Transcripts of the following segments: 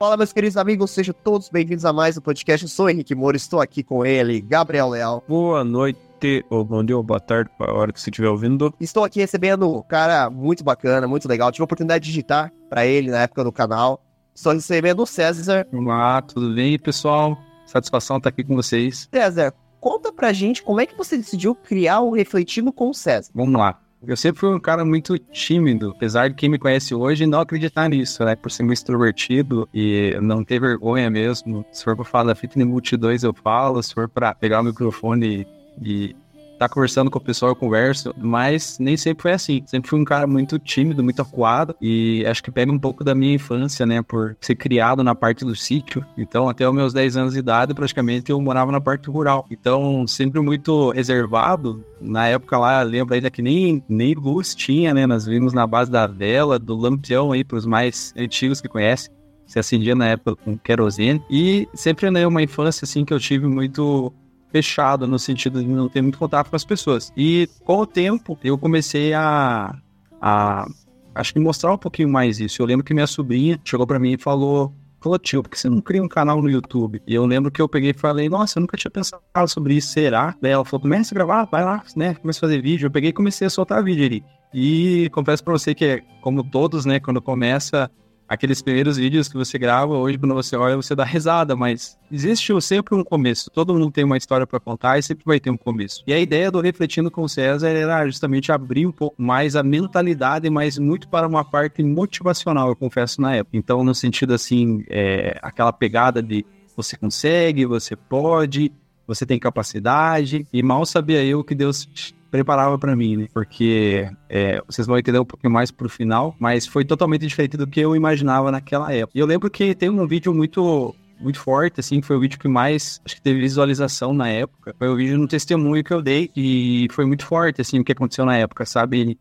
Fala, meus queridos amigos, sejam todos bem-vindos a mais um podcast. Eu sou o Henrique Moura, estou aqui com ele, Gabriel Leal. Boa noite, ou bom dia, ou boa tarde, para a hora que você estiver ouvindo. Estou aqui recebendo um cara muito bacana, muito legal. Tive a oportunidade de digitar para ele na época do canal. Estou recebendo o César. Olá, tudo bem, pessoal? Satisfação estar aqui com vocês. César, conta pra gente como é que você decidiu criar o Refletindo com o César. Vamos lá. Eu sempre fui um cara muito tímido, apesar de quem me conhece hoje não acreditar nisso, né? Por ser muito extrovertido e não ter vergonha mesmo. Se for pra falar da fita de multidões, eu falo. Se for pra pegar o microfone e tá conversando com o pessoal, eu converso. Mas nem sempre foi assim. Sempre fui um cara muito tímido, muito acuado. E acho que pega um pouco da minha infância, né? Por ser criado na parte do sítio. Então, até os meus 10 anos de idade, praticamente, eu morava na parte rural. Então, sempre muito reservado. Na época lá, lembro ainda que nem luz tinha, né? Nós vimos na base da vela, do lampião aí, pros mais antigos que conhecem. Se acendia na época com querosene. E sempre, né, uma infância, assim, que eu tive muito fechado, no sentido de não ter muito contato com as pessoas. E com o tempo, eu comecei a acho que mostrar um pouquinho mais isso. Eu lembro que minha sobrinha chegou pra mim e falou, tio, por que você não cria um canal no YouTube? E eu lembro que eu peguei e falei, nossa, eu nunca tinha pensado sobre isso, será? Daí ela falou, começa a gravar, vai lá, né? Começa a fazer vídeo. Eu peguei e comecei a soltar vídeo ali. E confesso pra você que, como todos, né, quando começa aqueles primeiros vídeos que você grava, hoje quando você olha, você dá risada, mas existe sempre um começo. Todo mundo tem uma história para contar e sempre vai ter um começo. E a ideia do Refletindo com o César era justamente abrir um pouco mais a mentalidade, mas muito para uma parte motivacional, eu confesso, na época. Então, no sentido assim, aquela pegada de você consegue, você pode, você tem capacidade, e mal sabia eu que Deus preparava pra mim, né? Porque vocês vão entender um pouquinho mais pro final, mas foi totalmente diferente do que eu imaginava naquela época. E eu lembro que tem um vídeo muito forte, assim, que foi o vídeo que mais, acho que teve visualização na época. Foi o vídeo no testemunho que eu dei, e foi muito forte, assim, o que aconteceu na época, sabe?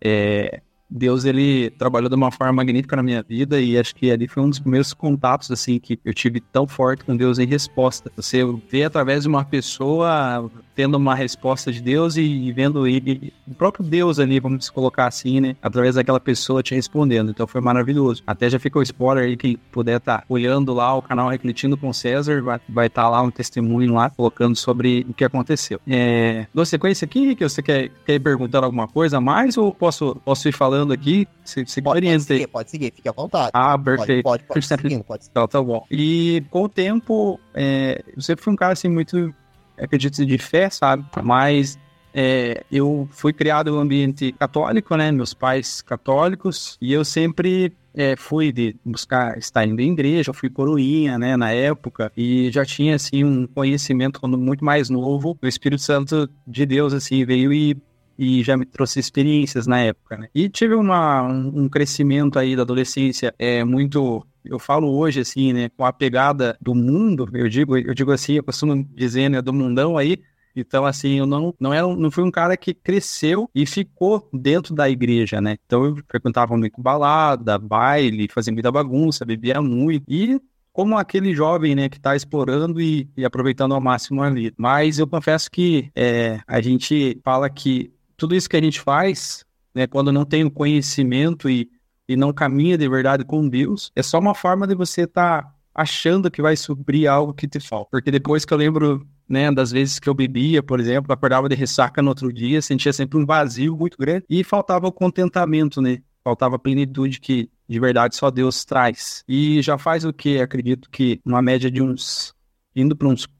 Deus, ele trabalhou de uma forma magnífica na minha vida, e acho que ali foi um dos primeiros contatos, assim, que eu tive tão forte com Deus em resposta. Você vê através de uma pessoa tendo uma resposta de Deus e vendo ele, o próprio Deus ali, vamos colocar assim, né? Através daquela pessoa te respondendo. Então foi maravilhoso. Até já fica o spoiler aí, quem puder estar olhando lá o canal Refletindo com César, vai estar lá um testemunho lá, colocando sobre o que aconteceu. Dou sequência aqui, que você quer ir perguntando alguma coisa a mais, ou posso ir falando aqui? Pode seguir, fique à vontade. Ah, perfeito. Pode seguir, pode seguir. Então, tá bom. E com o tempo, eu sempre fui um cara assim muito, acredito, de fé, sabe? Mas eu fui criado em um ambiente católico, né? Meus pais católicos, e eu sempre fui de buscar estar indo em igreja. Eu fui coroinha, né, na época, e já tinha, assim, um conhecimento quando muito mais novo. O Espírito Santo de Deus, assim, veio e já me trouxe experiências na época, né? E tive um crescimento aí da adolescência muito... Eu falo hoje, assim, né, com a pegada do mundo, eu digo assim, eu costumo dizer, né, do mundão aí. Então, assim, eu não fui um cara que cresceu e ficou dentro da igreja, né? Então, eu frequentava muito balada, baile, fazia muita bagunça, bebia muito. E como aquele jovem, né, que tá explorando e aproveitando ao máximo a vida. Mas eu confesso que a gente fala que tudo isso que a gente faz, né, quando não tem o conhecimento e não caminha de verdade com Deus, é só uma forma de você estar achando que vai suprir algo que te falta. Porque depois que eu lembro, né, das vezes que eu bebia, por exemplo, acordava de ressaca no outro dia, sentia sempre um vazio muito grande e faltava o contentamento, né? Faltava a plenitude que de verdade só Deus traz. E já faz o que? Acredito que uma média de indo para uns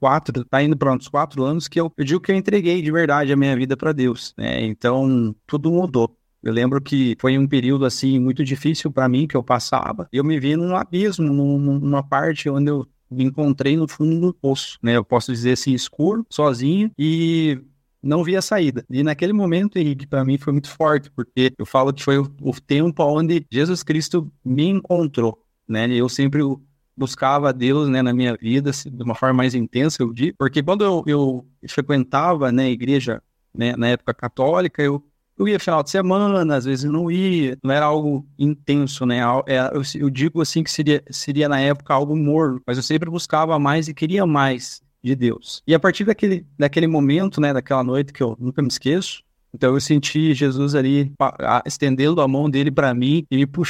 4 anos que eu digo que eu entreguei de verdade a minha vida para Deus, né? Então, tudo mudou. Eu lembro que foi um período, assim, muito difícil para mim que eu passava. Eu me vi num abismo, numa parte onde eu me encontrei no fundo do poço, né? Eu posso dizer assim, escuro, sozinho, e não via saída. E naquele momento, Henrique, para mim foi muito forte, porque eu falo que foi o tempo onde Jesus Cristo me encontrou, né? Eu sempre buscava a Deus, né, na minha vida, assim, de uma forma mais intensa, eu digo, porque quando eu frequentava, né, a igreja, né, na época católica, eu ia final de semana, às vezes eu não ia, não era algo intenso, né? Eu digo assim que seria na época algo morno, mas eu sempre buscava mais e queria mais de Deus. E a partir daquele momento, né, daquela noite que eu nunca me esqueço, então eu senti Jesus ali estendendo a mão dele para mim e me puxando.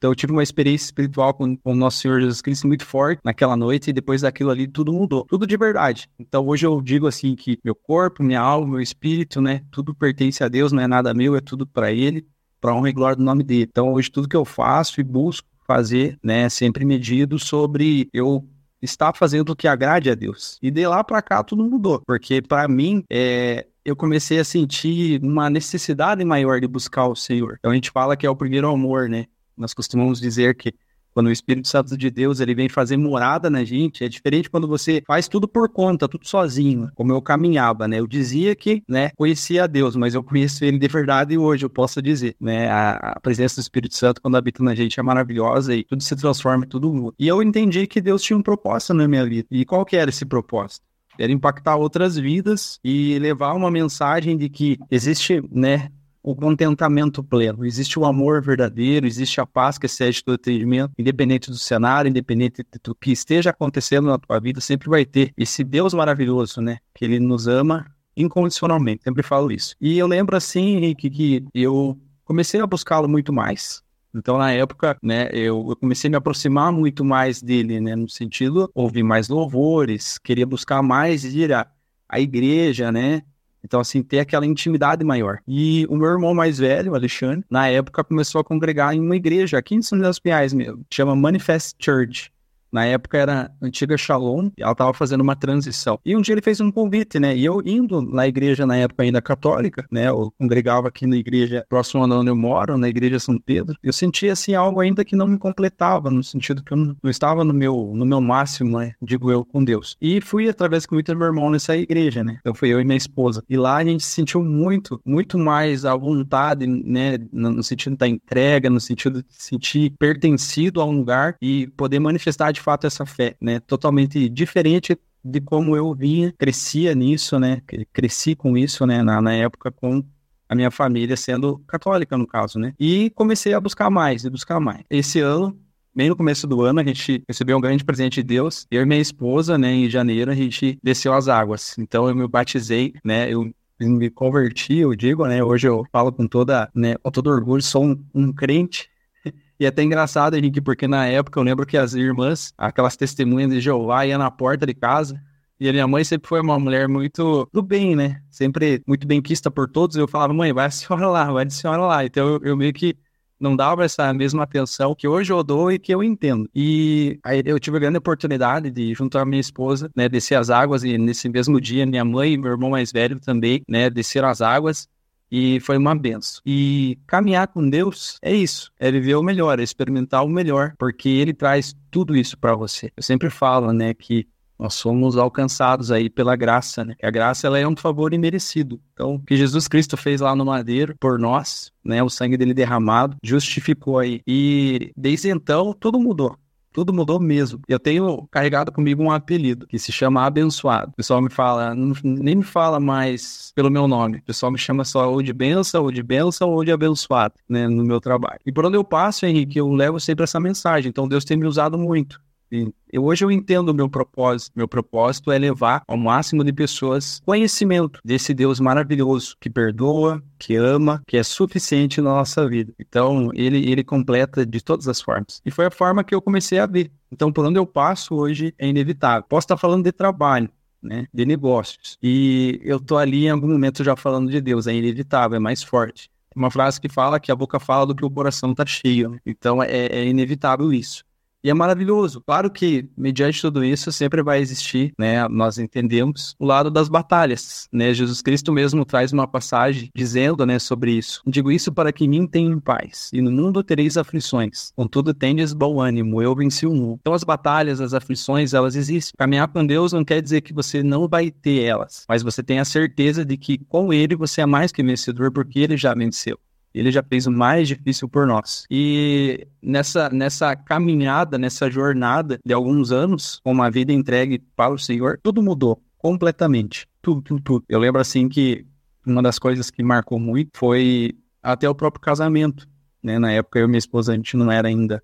Então eu tive uma experiência espiritual com o nosso Senhor Jesus Cristo muito forte naquela noite e depois daquilo ali tudo mudou. Tudo de verdade. Então hoje eu digo assim que meu corpo, minha alma, meu espírito, né? Tudo pertence a Deus, não é nada meu, é tudo para Ele, para honra e glória do nome dele. Então hoje tudo que eu faço e busco fazer, né? Sempre medido sobre eu estar fazendo o que agrade a Deus. E de lá para cá tudo mudou. Porque para mim, eu comecei a sentir uma necessidade maior de buscar o Senhor. Então a gente fala que é o primeiro amor, né? Nós costumamos dizer que quando o Espírito Santo de Deus ele vem fazer morada na gente, é diferente quando você faz tudo por conta, tudo sozinho, como eu caminhava, né? Eu dizia que, né, conhecia a Deus, mas eu conheço Ele de verdade e hoje eu posso dizer, né? A presença do Espírito Santo quando habita na gente é maravilhosa e tudo se transforma, tudo muda. E eu entendi que Deus tinha um propósito na minha vida. E qual que era esse propósito? Era impactar outras vidas e levar uma mensagem de que existe, né, o contentamento pleno, existe o amor verdadeiro, existe a paz que excede todo entendimento, independente do cenário, independente do que esteja acontecendo na tua vida, sempre vai ter esse Deus maravilhoso, né, que Ele nos ama incondicionalmente, sempre falo isso. E eu lembro assim, Henrique, que eu comecei a buscá-lo muito mais. Então, na época, né, eu comecei a me aproximar muito mais dele, né, no sentido, ouvir mais louvores, queria buscar mais ir à igreja, né, então, assim, ter aquela intimidade maior. E o meu irmão mais velho, o Alexandre, na época começou a congregar em uma igreja aqui em São José dos Pinhais mesmo, chama Manifest Church. Na época era a antiga Shalom, e ela estava fazendo uma transição. E um dia ele fez um convite, né? E eu indo na igreja, na época ainda católica, né? Eu congregava aqui na igreja próxima de onde eu moro, na igreja São Pedro. Eu sentia, assim, algo ainda que não me completava, no sentido que eu não estava no meu máximo, né? Digo eu, com Deus. E fui através do convite do meu irmão nessa igreja, né? Então fui eu e minha esposa. E lá a gente se sentiu muito, muito mais à vontade, né? No sentido da entrega, no sentido de se sentir pertencido a um lugar e poder manifestar de fato essa fé, né? Totalmente diferente de como eu vinha, crescia nisso, né? Cresci com isso, né? Na época com a minha família sendo católica, no caso, né? E comecei a buscar mais e buscar mais. Esse ano, bem no começo do ano, a gente recebeu um grande presente de Deus. Eu e minha esposa, né? Em janeiro, a gente desceu as águas. Então, eu me batizei, né? Eu me converti, eu digo, né? Hoje eu falo com com todo orgulho, sou um crente. E é até engraçado, Henrique, porque na época eu lembro que as irmãs, aquelas testemunhas de Jeová, iam na porta de casa. E a minha mãe sempre foi uma mulher muito do bem, né? Sempre muito benquista por todos. Eu falava, mãe, vai a senhora lá, vai a senhora lá. Então eu meio que não dava essa mesma atenção que hoje eu dou e que eu entendo. E aí eu tive a grande oportunidade de, junto à minha esposa, né, descer as águas. E nesse mesmo dia, minha mãe e meu irmão mais velho também, né, desceram as águas. E foi uma benção. E caminhar com Deus é isso. É viver o melhor, é experimentar o melhor. Porque Ele traz tudo isso para você. Eu sempre falo, né, que nós somos alcançados aí pela graça, né? Que a graça, ela é um favor imerecido. Então, o que Jesus Cristo fez lá no madeiro por nós, né? O sangue dele derramado, justificou aí. E desde então, tudo mudou. Tudo mudou mesmo. Eu tenho carregado comigo um apelido que se chama Abençoado. O pessoal me fala, nem me fala mais pelo meu nome. O pessoal me chama só ou de bênção, ou de abençoado, né, no meu trabalho. E por onde eu passo, Henrique, eu levo sempre essa mensagem. Então Deus tem me usado muito. Hoje eu entendo o meu propósito. Meu propósito é levar ao máximo de pessoas conhecimento desse Deus maravilhoso, que perdoa, que ama, que é suficiente na nossa vida. Então, ele completa de todas as formas. E foi a forma que eu comecei a ver. Então, por onde eu passo hoje é inevitável. Posso estar falando de trabalho, né, de negócios. E eu tô ali em algum momento já falando de Deus. É inevitável, é mais forte. Tem uma frase que fala que a boca fala do que o coração tá cheio, né? Então, é inevitável isso. E é maravilhoso. Claro que, mediante tudo isso, sempre vai existir, né? Nós entendemos o lado das batalhas, né? Jesus Cristo mesmo traz uma passagem dizendo, né, sobre isso. Digo isso para que em mim tenham paz, e no mundo tereis aflições. Contudo, tendes bom ânimo, eu venci o mundo. Então, as batalhas, as aflições, elas existem. Caminhar com Deus não quer dizer que você não vai ter elas, mas você tem a certeza de que com Ele você é mais que vencedor, porque Ele já venceu. Ele já fez o mais difícil por nós. E nessa caminhada, nessa jornada de alguns anos, com uma vida entregue para o Senhor, tudo mudou completamente. Tudo. Eu lembro assim que uma das coisas que marcou muito foi até o próprio casamento, né? Na época eu e minha esposa, a gente não era ainda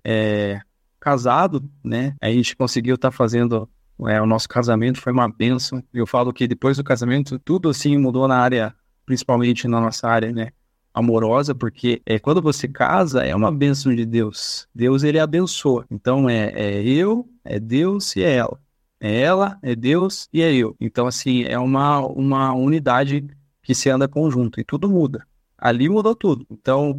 casado, né? Aí a gente conseguiu estar fazendo o nosso casamento, foi uma bênção. Eu falo que depois do casamento, tudo assim mudou na área, principalmente na nossa área, né? amorosa, porque quando você casa, é uma bênção de Deus. Deus, ele abençoa. Então, eu, é Deus e é ela. É ela, é Deus e é eu. Então, assim, é uma unidade que se anda conjunto e tudo muda. Ali mudou tudo. Então,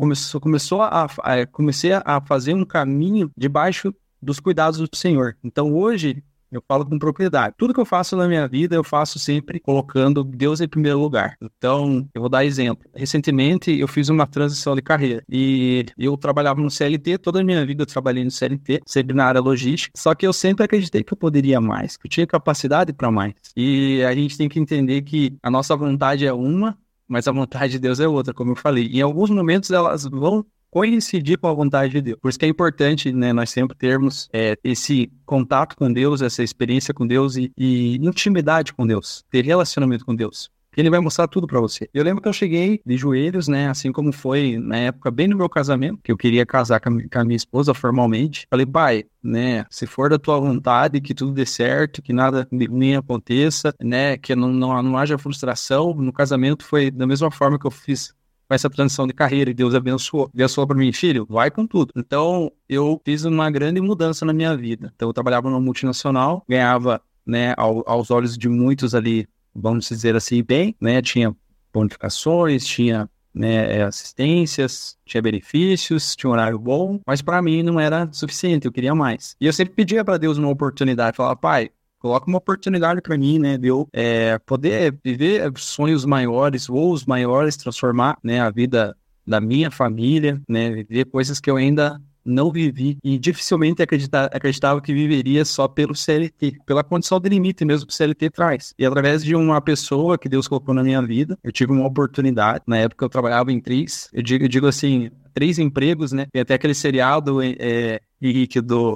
comecei a fazer um caminho debaixo dos cuidados do Senhor. Então, hoje, eu falo com propriedade. Tudo que eu faço na minha vida, eu faço sempre colocando Deus em primeiro lugar. Então, eu vou dar exemplo. Recentemente, eu fiz uma transição de carreira. E eu trabalhava no CLT, toda a minha vida eu trabalhei no CLT, sempre na área logística. Só que eu sempre acreditei que eu poderia mais, que eu tinha capacidade para mais. E a gente tem que entender que a nossa vontade é uma, mas a vontade de Deus é outra, como eu falei. Em alguns momentos, elas vão coincidir com a vontade de Deus. Por isso que é importante, né, nós sempre termos esse contato com Deus, essa experiência com Deus e intimidade com Deus, ter relacionamento com Deus. Ele vai mostrar tudo pra você. Eu lembro que eu cheguei de joelhos, né, assim como foi na época, bem no meu casamento, que eu queria casar com a minha esposa formalmente. Falei, pai, né, se for da tua vontade, que tudo dê certo, que nada nem aconteça, né, que não haja frustração. No casamento foi da mesma forma que eu fiz com essa transição de carreira, e Deus abençoou. Deus falou para mim, filho, vai com tudo. Então, eu fiz uma grande mudança na minha vida. Então, eu trabalhava numa multinacional, ganhava, né, aos olhos de muitos ali, vamos dizer assim, bem, né, tinha bonificações, tinha, né, assistências, tinha benefícios, tinha um horário bom, mas para mim não era suficiente, eu queria mais. E eu sempre pedia para Deus uma oportunidade, falava, pai, coloca uma oportunidade para mim, né, de eu poder viver sonhos maiores, voos maiores, transformar, né, a vida da minha família, né, viver coisas que eu ainda não vivi e dificilmente acreditava que viveria só pelo CLT, pela condição de limite mesmo que o CLT traz. E através de uma pessoa que Deus colocou na minha vida, eu tive uma oportunidade. Na época eu trabalhava em 3, eu digo assim, 3 empregos, né, tem até aquele seriado, Henrique,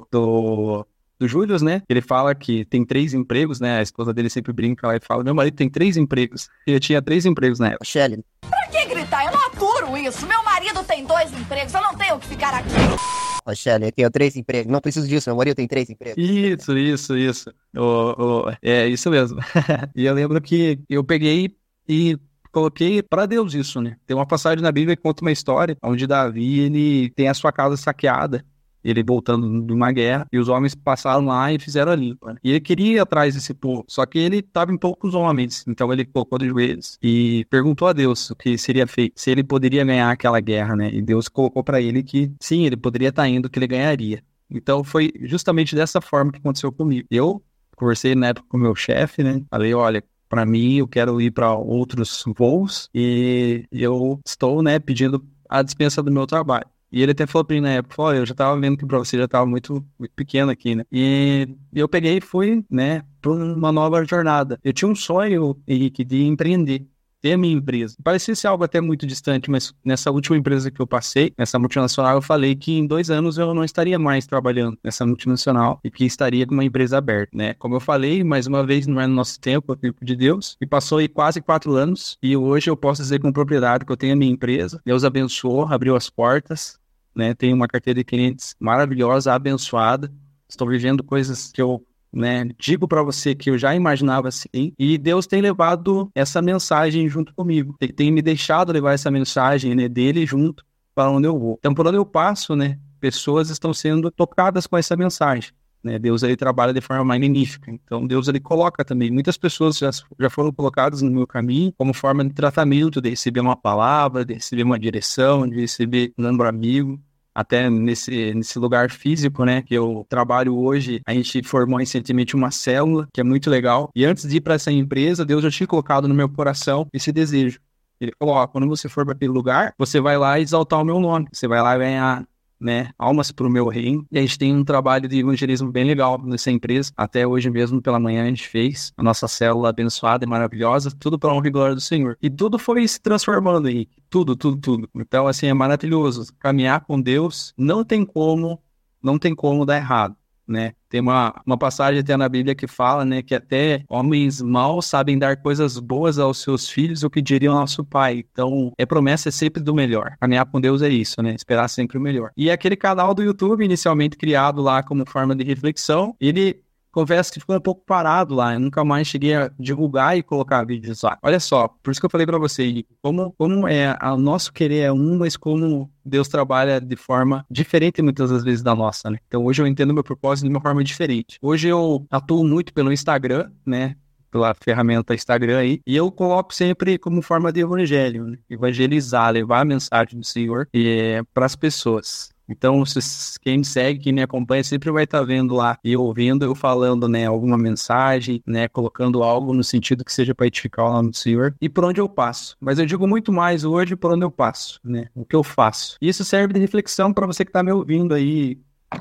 do Júlio, né? Ele fala que tem 3 empregos, né? A esposa dele sempre brinca lá e fala, meu marido tem 3 empregos. E eu tinha 3 empregos na época. Shelly. Pra que gritar? Eu não aturo isso. Meu marido tem 2 empregos, eu não tenho que ficar aqui. Shelly, eu tenho 3 empregos. Não preciso disso, meu marido tem 3 empregos. Isso. É isso mesmo. E eu lembro que eu peguei e coloquei para Deus isso, né? Tem uma passagem na Bíblia que conta uma história onde Davi, ele tem a sua casa saqueada. Ele voltando de uma guerra, e os homens passaram lá e fizeram a limpa. Né? E ele queria ir atrás desse povo, só que ele estava em poucos homens. Então ele colocou de joelhos e perguntou a Deus o que seria feito, se ele poderia ganhar aquela guerra, né? E Deus colocou para ele que sim, ele poderia estar indo, que ele ganharia. Então foi justamente dessa forma que aconteceu comigo. Eu conversei na época com o meu chefe, né? Falei, olha, para mim eu quero ir para outros voos e eu estou, né, pedindo a dispensa do meu trabalho. E ele até falou pra mim na época, olha, eu já tava vendo que pra você já tava muito pequeno aqui, né? E eu peguei e fui, né, pra uma nova jornada. Eu tinha um sonho, Henrique, de empreender, ter a minha empresa. Parecia ser algo até muito distante, mas nessa última empresa que eu passei, nessa multinacional, eu falei que em 2 anos eu não estaria mais trabalhando nessa multinacional e que estaria com uma empresa aberta, né? Como eu falei, mais uma vez, não é no nosso tempo, é o tempo de Deus. E passou aí quase 4 anos e hoje eu posso dizer com propriedade que eu tenho a minha empresa. Deus abençoou, abriu as portas, né? Tenho uma carteira de clientes maravilhosa, abençoada. Estou vivendo coisas que eu, né, digo para você que eu já imaginava assim, e Deus tem levado essa mensagem junto comigo. Ele tem me deixado levar essa mensagem, né, dele junto para onde eu vou. Então, por onde eu passo, né, pessoas estão sendo tocadas com essa mensagem. Né? Deus, ele trabalha de forma magnífica. Então, Deus, ele coloca também. Muitas pessoas já foram colocadas no meu caminho como forma de tratamento, de receber uma palavra, de receber uma direção, de receber um ombro amigo. Até nesse lugar físico, né, que eu trabalho hoje, a gente formou recentemente uma célula, que é muito legal. E antes de ir para essa empresa, Deus já tinha colocado no meu coração esse desejo. Ele falou, ó, quando você for para aquele lugar, você vai lá exaltar o meu nome. Você vai lá ganhar, né, almas para o meu reino. E a gente tem um trabalho de evangelismo bem legal nessa empresa. Até hoje mesmo, pela manhã, a gente fez a nossa célula abençoada e maravilhosa, tudo para a honra e glória do Senhor. E tudo foi se transformando aí. Tudo. Então, assim, é maravilhoso. Caminhar com Deus não tem como dar errado, né? Tem uma passagem até na Bíblia que fala, né, que até homens maus sabem dar coisas boas aos seus filhos, o que diria o nosso pai. Então, promessa é sempre do melhor. Caminhar com Deus é isso, né? Esperar sempre o melhor. E aquele canal do YouTube, inicialmente criado lá como forma de reflexão, ele confesso que ficou um pouco parado lá. Eu nunca mais cheguei a divulgar e colocar vídeos lá. Olha só, por isso que eu falei pra você, Henrique, como é o nosso querer é um, mas como Deus trabalha de forma diferente muitas das vezes da nossa, né? Então hoje eu entendo meu propósito de uma forma diferente. Hoje eu atuo muito pelo Instagram, né? Pela ferramenta Instagram aí, e eu coloco sempre como forma de evangelho, né? Evangelizar, levar a mensagem do Senhor para as pessoas. Então, quem me segue, quem me acompanha, sempre vai estar vendo lá e ouvindo eu falando, né, alguma mensagem, né, colocando algo no sentido que seja para edificar o nome do Senhor e por onde eu passo. Mas eu digo muito mais hoje por onde eu passo, né, o que eu faço. E isso serve de reflexão para você que está me ouvindo aí,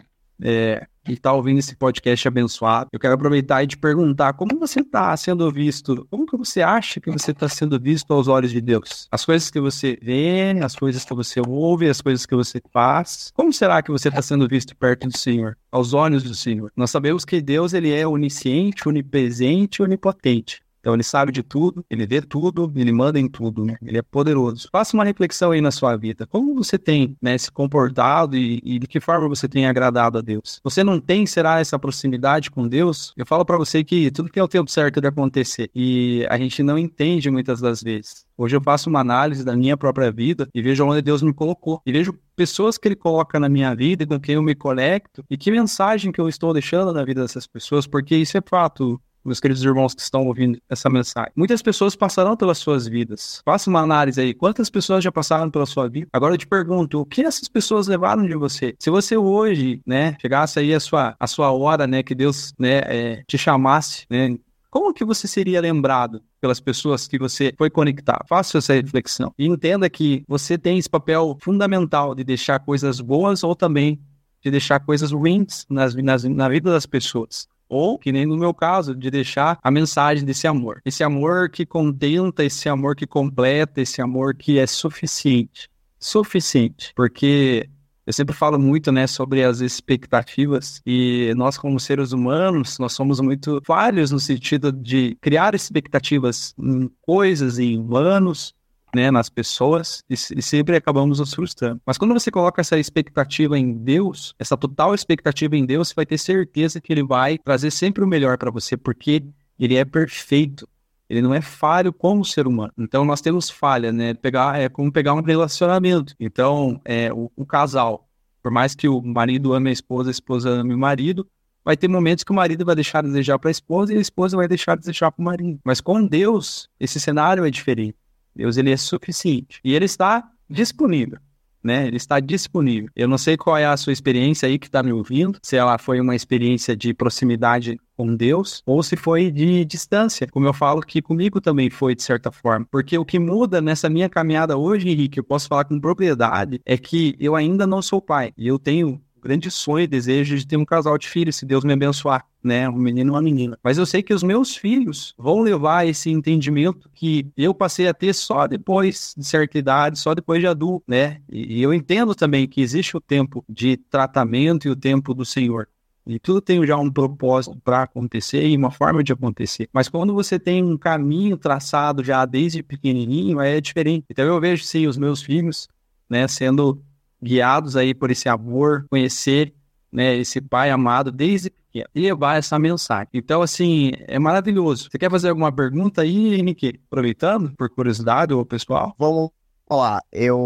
e tá ouvindo esse podcast abençoado. Eu quero aproveitar e te perguntar como você está sendo visto, como que você acha que você está sendo visto aos olhos de Deus? As coisas que você vê, as coisas que você ouve, as coisas que você faz. Como será que você está sendo visto perto do Senhor, aos olhos do Senhor? Nós sabemos que Deus, ele é onisciente, onipresente e onipotente. Então ele sabe de tudo, ele vê tudo, ele manda em tudo, né? Ele é poderoso. Faça uma reflexão aí na sua vida. Como você tem, né, se comportado e de que forma você tem agradado a Deus? Você não tem, será, essa proximidade com Deus? Eu falo pra você que tudo tem o tempo certo de acontecer e a gente não entende muitas das vezes. Hoje eu faço uma análise da minha própria vida e vejo onde Deus me colocou. E vejo pessoas que Ele coloca na minha vida e com quem eu me conecto e que mensagem que eu estou deixando na vida dessas pessoas, porque isso é fato, meus queridos irmãos que estão ouvindo essa mensagem. Muitas pessoas passarão pelas suas vidas. Faça uma análise aí. Quantas pessoas já passaram pela sua vida? Agora eu te pergunto, o que essas pessoas levaram de você? Se você hoje, né, chegasse aí a sua hora, né, que Deus, né, te chamasse, né, como que você seria lembrado pelas pessoas que você foi conectar? Faça essa reflexão. E entenda que você tem esse papel fundamental de deixar coisas boas ou também de deixar coisas ruins na vida das pessoas. Ou, que nem no meu caso, de deixar a mensagem desse amor. Esse amor que contenta, esse amor que completa, esse amor que é suficiente. Suficiente. Porque eu sempre falo muito, né, sobre as expectativas e nós como seres humanos, nós somos muito falhos no sentido de criar expectativas em coisas, em humanos, né, nas pessoas, e sempre acabamos nos frustrando. Mas quando você coloca essa expectativa em Deus, essa total expectativa em Deus, você vai ter certeza que Ele vai trazer sempre o melhor para você, porque Ele é perfeito. Ele não é falho como ser humano. Então nós temos falha, né? É como pegar um relacionamento. Então, o casal, por mais que o marido ame a esposa ame o marido, vai ter momentos que o marido vai deixar de desejar para a esposa e a esposa vai deixar de desejar para o marido. Mas com Deus, esse cenário é diferente. Deus, ele é suficiente. E ele está disponível, né? Ele está disponível. Eu não sei qual é a sua experiência aí que está me ouvindo, se ela foi uma experiência de proximidade com Deus, ou se foi de distância, como eu falo que comigo também foi, de certa forma. Porque o que muda nessa minha caminhada hoje, Henrique, eu posso falar com propriedade, é que eu ainda não sou pai. E eu tenho grande sonho e desejo de ter um casal de filhos, se Deus me abençoar, né? Um menino e uma menina. Mas eu sei que os meus filhos vão levar esse entendimento que eu passei a ter só depois de certa idade, só depois de adulto, né? E eu entendo também que existe o tempo de tratamento e o tempo do Senhor. E tudo tem já um propósito para acontecer e uma forma de acontecer. Mas quando você tem um caminho traçado já desde pequenininho, é diferente. Então eu vejo, sim, os meus filhos, né, sendo guiados aí por esse amor, conhecer, né, esse pai amado desde pequeno e levar essa mensagem. Então, assim, é maravilhoso. Você quer fazer alguma pergunta aí, Henrique? Aproveitando, por curiosidade, ou pessoal? Vamos lá.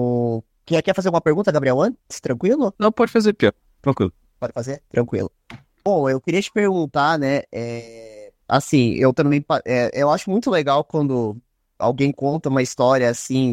Quer fazer uma pergunta, Gabriel, antes? Tranquilo? Não, pode fazer, Pio. Tranquilo. Pode fazer? Tranquilo. Bom, eu queria te perguntar, né, assim, eu também, eu acho muito legal quando alguém conta uma história, assim,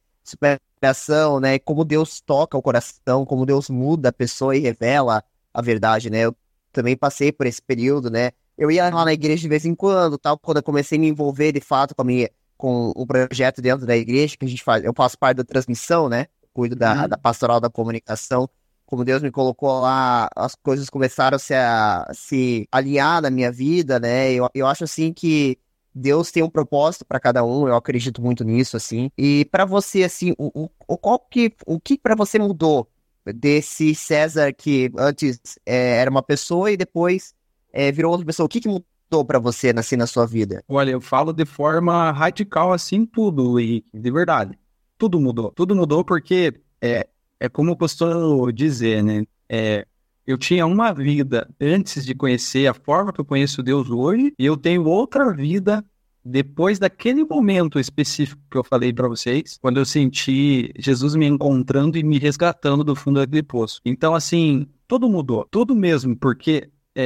superação, né, como Deus toca o coração, como Deus muda a pessoa e revela a verdade, né, eu também passei por esse período, né, eu ia lá na igreja de vez em quando, tal, quando eu comecei a me envolver, de fato, com o projeto dentro da igreja, que a gente faz, eu faço parte da transmissão, né, cuido da pastoral da comunicação. Como Deus me colocou lá, as coisas começaram a se alinhar na minha vida, né? Eu acho, assim, que Deus tem um propósito para cada um, eu acredito muito nisso, assim. E para você, assim, o que para você mudou desse César que antes era uma pessoa e depois virou outra pessoa? O que mudou para você, assim, na sua vida? Olha, eu falo de forma radical, assim, tudo, Henrique, de verdade. Tudo mudou. Tudo mudou porque... É como eu costumo dizer, né? eu tinha uma vida antes de conhecer a forma que eu conheço Deus hoje, e eu tenho outra vida depois daquele momento específico que eu falei para vocês, quando eu senti Jesus me encontrando e me resgatando do fundo daquele poço. Então, assim, tudo mudou, tudo mesmo, porque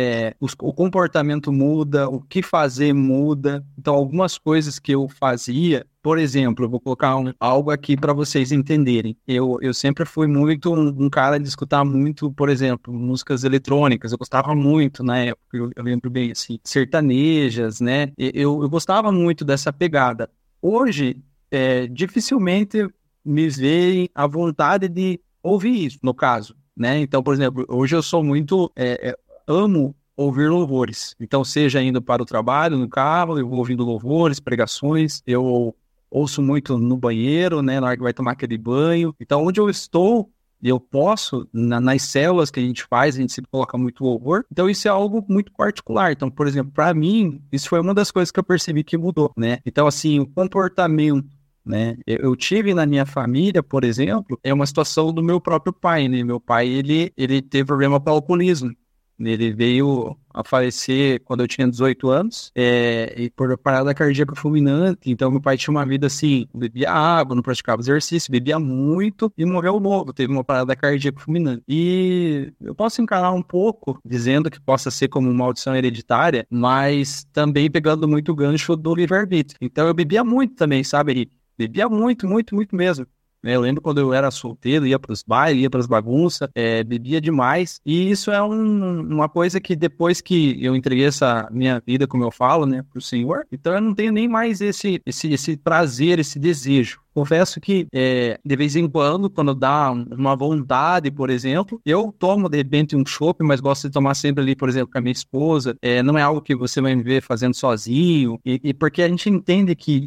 o comportamento muda, o que fazer muda. Então, algumas coisas que eu fazia, por exemplo, eu vou colocar algo aqui para vocês entenderem. Eu sempre fui muito um cara de escutar muito, por exemplo, músicas eletrônicas. Eu gostava muito na época, eu lembro bem assim, sertanejas, né? Eu gostava muito dessa pegada. Hoje, dificilmente me vem a vontade de ouvir isso, no caso, né? Então, por exemplo, hoje eu sou muito... amo ouvir louvores. Então, seja indo para o trabalho, no carro, eu vou ouvindo louvores, pregações, eu ouço muito no banheiro, né, na hora que vai tomar aquele banho. Então, onde eu estou, eu posso, nas células que a gente faz, a gente sempre coloca muito louvor. Então, isso é algo muito particular. Então, por exemplo, para mim, isso foi uma das coisas que eu percebi que mudou, né? Então, assim, o comportamento, né? Eu tive na minha família, por exemplo, é uma situação do meu próprio pai, né? Meu pai, ele teve problema com alcoolismo. Ele veio a falecer quando eu tinha 18 anos, e por parada cardíaca fulminante. Então, meu pai tinha uma vida assim, bebia água, não praticava exercício, bebia muito e morreu novo, teve uma parada cardíaca fulminante. E eu posso encarar um pouco, dizendo que possa ser como uma maldição hereditária, mas também pegando muito o gancho do livre-arbítrio. Então, eu bebia muito também, sabe, Henrique? Bebia muito, muito, muito mesmo. Eu lembro quando eu era solteiro, ia para os bailes, ia para as bagunças, bebia demais. E isso é uma coisa que depois que eu entreguei essa minha vida, como eu falo, né, para o Senhor, então eu não tenho nem mais esse prazer, esse desejo. Confesso que de vez em quando dá uma vontade, por exemplo, eu tomo de repente um chopp, mas gosto de tomar sempre ali, por exemplo, com a minha esposa. Não é algo que você vai me ver fazendo sozinho, e porque a gente entende que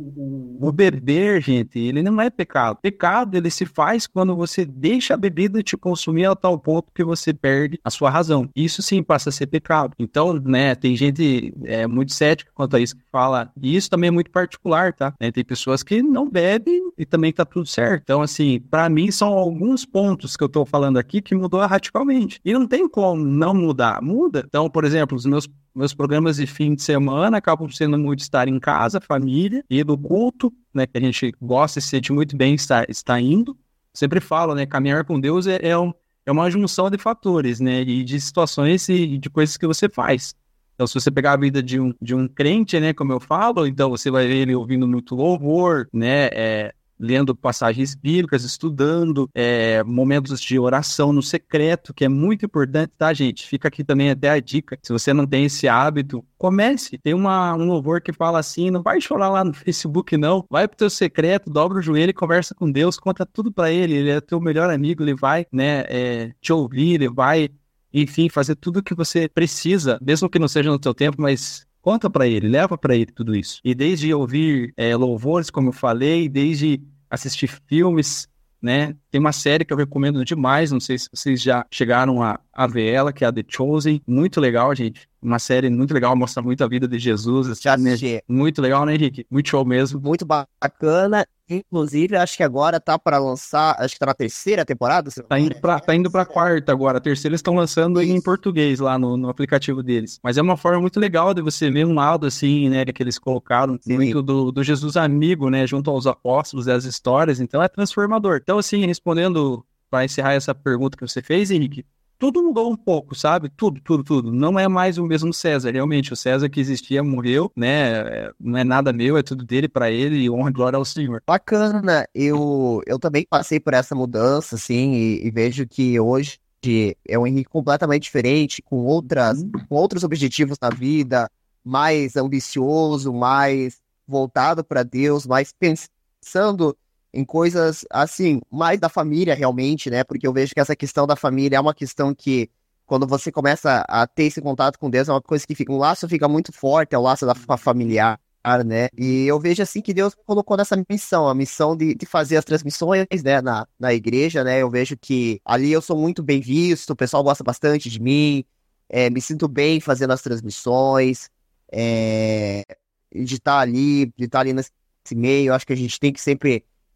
o beber, gente, ele não é pecado. Pecado, ele se faz quando você deixa a bebida te consumir a tal ponto que você perde a sua razão. Isso sim passa a ser pecado. Então, né, tem gente muito cética quanto a isso que fala, e isso também é muito particular, tá? Tem pessoas que não bebem e também tá tudo certo. Então, assim, pra mim são alguns pontos que eu tô falando aqui que mudou radicalmente. E não tem como não mudar. Muda. Então, por exemplo, os meus programas de fim de semana acabam sendo muito estar em casa, família, e do culto, né, que a gente gosta e se sente muito bem estar indo. Sempre falo, né, caminhar com Deus é uma junção de fatores, né, e de situações e de coisas que você faz. Então, se você pegar a vida de um crente, né, como eu falo, então você vai ver ele ouvindo muito louvor, né, lendo passagens bíblicas, estudando, momentos de oração no secreto, que é muito importante, tá, gente? Fica aqui também até a dica. Se você não tem esse hábito, comece. Tem um louvor que fala assim, não vai chorar lá no Facebook, não. Vai pro teu secreto, dobra o joelho e conversa com Deus, conta tudo pra ele. Ele é teu melhor amigo, ele vai, né, te ouvir, ele vai, enfim, fazer tudo o que você precisa, mesmo que não seja no teu tempo, mas... conta pra ele, leva pra ele tudo isso. E desde ouvir louvores, como eu falei, desde assistir filmes, né? Tem uma série que eu recomendo demais, não sei se vocês já chegaram a ver ela, que é a The Chosen. Muito legal, gente. Uma série muito legal, mostra muito a vida de Jesus. Já assisti. Muito legal, né, Henrique? Muito show mesmo. Muito bacana. Inclusive, acho que agora tá para lançar, acho que tá na terceira temporada. Tá indo pra quarta agora. A terceira eles estão lançando em português lá no aplicativo deles. Mas é uma forma muito legal de você ver um lado assim, né, que eles colocaram muito do Jesus amigo, né, junto aos apóstolos e as histórias. Então é transformador. Então, assim, respondendo para encerrar essa pergunta que você fez, Henrique, tudo mudou um pouco, sabe? Tudo. Não é mais o mesmo César, realmente. O César que existia morreu, né? Não é nada meu, é tudo dele pra ele, e honra e glória ao Senhor. Bacana. Eu também passei por essa mudança, assim, e vejo que hoje é um Henrique completamente diferente, com outros objetivos na vida, mais ambicioso, mais voltado para Deus, mais pensando em coisas, assim, mais da família realmente, né? Porque eu vejo que essa questão da família é uma questão que, quando você começa a ter esse contato com Deus, é uma coisa que um laço fica muito forte, é o laço da familiar, né? E eu vejo, assim, que Deus me colocou nessa missão, a missão de fazer as transmissões, né, na igreja, né? Eu vejo que ali eu sou muito bem visto, o pessoal gosta bastante de mim, me sinto bem fazendo as transmissões, de estar ali nesse meio. Eu acho que a gente tem que sempre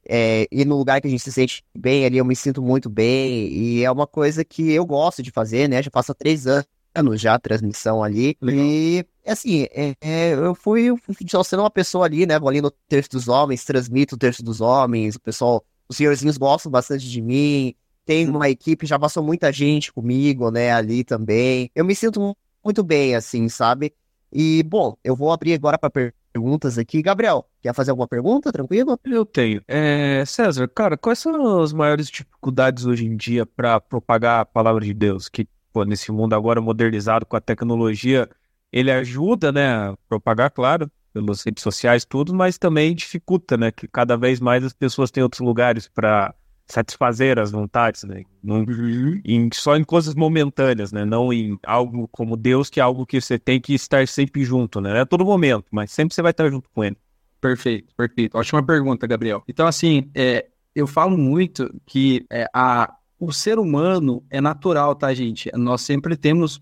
ir no lugar que a gente se sente bem ali, eu me sinto muito bem, e é uma coisa que eu gosto de fazer, né? Já faço há 3 anos já a transmissão ali, e assim, eu fui só sendo uma pessoa ali, né? Vou ali no Terço dos Homens, transmito o Terço dos Homens, o pessoal, os senhorzinhos gostam bastante de mim, tem uma equipe, já passou muita gente comigo, né, ali também, eu me sinto muito bem, assim, sabe? E, bom, eu vou abrir agora para perguntas aqui. Gabriel, quer fazer alguma pergunta? Tranquilo? Eu tenho. César, cara, quais são as maiores dificuldades hoje em dia para propagar a palavra de Deus? Que, pô, nesse mundo agora modernizado com a tecnologia, ele ajuda, né, a propagar, claro, pelas redes sociais, tudo, mas também dificulta, né, que cada vez mais as pessoas têm outros lugares para satisfazer as vontades, né, só em coisas momentâneas, né, não em algo como Deus, que é algo que você tem que estar sempre junto, né, não é todo momento, mas sempre você vai estar junto com ele. Perfeito, perfeito. Ótima pergunta, Gabriel. Então, assim, eu falo muito que o ser humano é natural, tá, gente? Nós sempre temos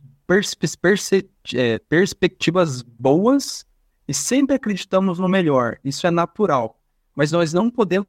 perspectivas boas e sempre acreditamos no melhor. Isso é natural. Mas nós não podemos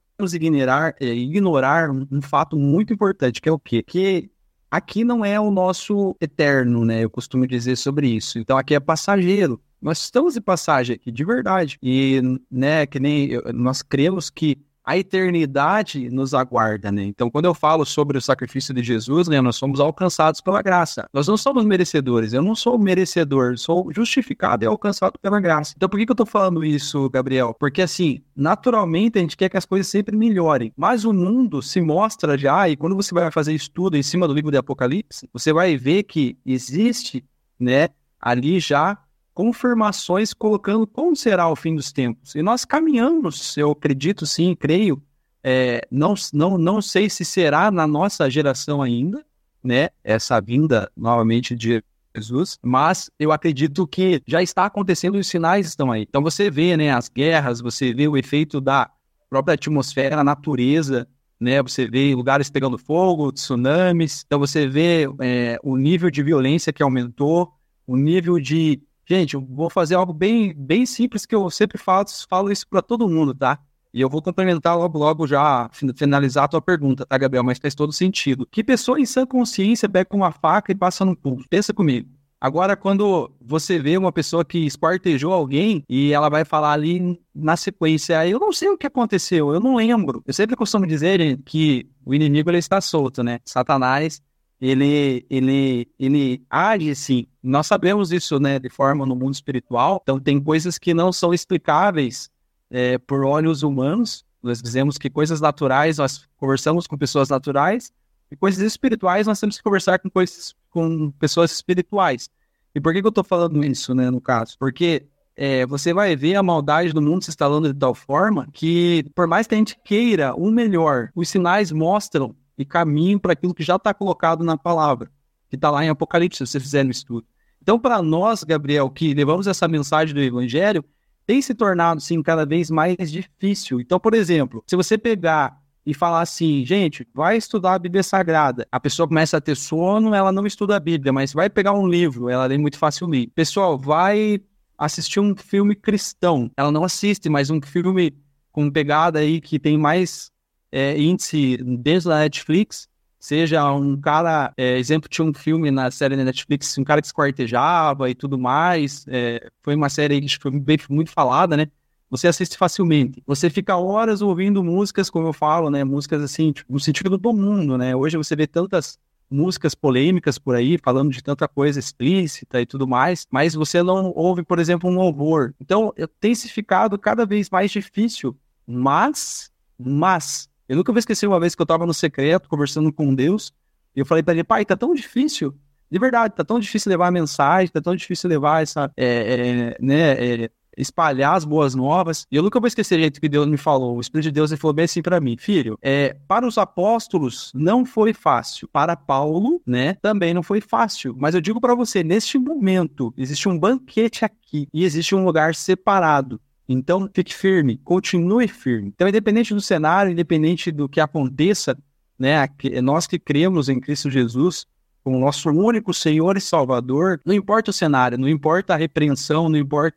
ignorar um fato muito importante, que é o quê? Que aqui não é o nosso eterno, né? Eu costumo dizer sobre isso. Então, aqui é passageiro. Nós estamos de passagem aqui, de verdade. E, né, que nem nós cremos que a eternidade nos aguarda, né? Então, quando eu falo sobre o sacrifício de Jesus, né, nós somos alcançados pela graça. Nós não somos merecedores. Eu não sou merecedor, sou justificado e alcançado pela graça. Então, por que eu tô falando isso, Gabriel? Porque, assim, naturalmente a gente quer que as coisas sempre melhorem. Mas o mundo se mostra já, e quando você vai fazer estudo em cima do livro de Apocalipse, você vai ver que existe, né, ali já confirmações colocando como será o fim dos tempos. E nós caminhamos, eu acredito sim, creio, não sei se será na nossa geração ainda, né, essa vinda novamente de Jesus, mas eu acredito que já está acontecendo, os sinais estão aí. Então você vê, né, as guerras, você vê o efeito da própria atmosfera, a natureza, né, você vê lugares pegando fogo, tsunamis, então você vê o nível de violência que aumentou, o nível de... Gente, eu vou fazer algo bem, bem simples que eu sempre falo isso para todo mundo, tá? E eu vou complementar logo já, finalizar a tua pergunta, tá, Gabriel? Mas faz todo sentido. Que pessoa em sã consciência pega uma faca e passa no pulso? Pensa comigo. Agora, quando você vê uma pessoa que esquartejou alguém e ela vai falar ali na sequência, eu não sei o que aconteceu, eu não lembro. Eu sempre costumo dizer, gente, que o inimigo ele está solto, né? Satanás, ele age assim. Nós sabemos isso, né, de forma no mundo espiritual. Então tem coisas que não são explicáveis por olhos humanos. Nós dizemos que coisas naturais nós conversamos com pessoas naturais e coisas espirituais nós temos que conversar com pessoas espirituais. E por que eu estou falando isso, né, no caso? Porque você vai ver a maldade do mundo se instalando de tal forma que, por mais que a gente queira o melhor, os sinais mostram e caminho para aquilo que já está colocado na palavra, que está lá em Apocalipse, se você fizer no estudo. Então, para nós, Gabriel, que levamos essa mensagem do Evangelho, tem se tornado, sim, cada vez mais difícil. Então, por exemplo, se você pegar e falar assim, gente, vai estudar a Bíblia Sagrada, a pessoa começa a ter sono, ela não estuda a Bíblia, mas vai pegar um livro, ela lê muito facilmente. Pessoal, vai assistir um filme cristão, ela não assiste, mas um filme com pegada aí que tem mais... índice dentro da Netflix, seja um cara, exemplo, tinha um filme na série da Netflix, um cara que esquartejava e tudo mais, foi uma série que foi muito falada, né? Você assiste facilmente. Você fica horas ouvindo músicas, como eu falo, né? Músicas assim, tipo, no sentido do mundo, né? Hoje você vê tantas músicas polêmicas por aí, falando de tanta coisa explícita e tudo mais, mas você não ouve, por exemplo, um louvor. Então, tem se ficado cada vez mais difícil, mas eu nunca vou esquecer uma vez que eu estava no secreto, conversando com Deus, e eu falei para ele, pai, tá tão difícil, de verdade, tá tão difícil levar a mensagem, tá tão difícil levar essa, espalhar as boas novas, e eu nunca vou esquecer o jeito que Deus me falou, o Espírito de Deus ele falou bem assim para mim, filho, para os apóstolos não foi fácil, para Paulo, né, também não foi fácil, mas eu digo para você, neste momento, existe um banquete aqui, e existe um lugar separado. Então, fique firme, continue firme. Então, independente do cenário, independente do que aconteça, né, nós que cremos em Cristo Jesus como nosso único Senhor e Salvador, não importa o cenário, não importa a repreensão, não importa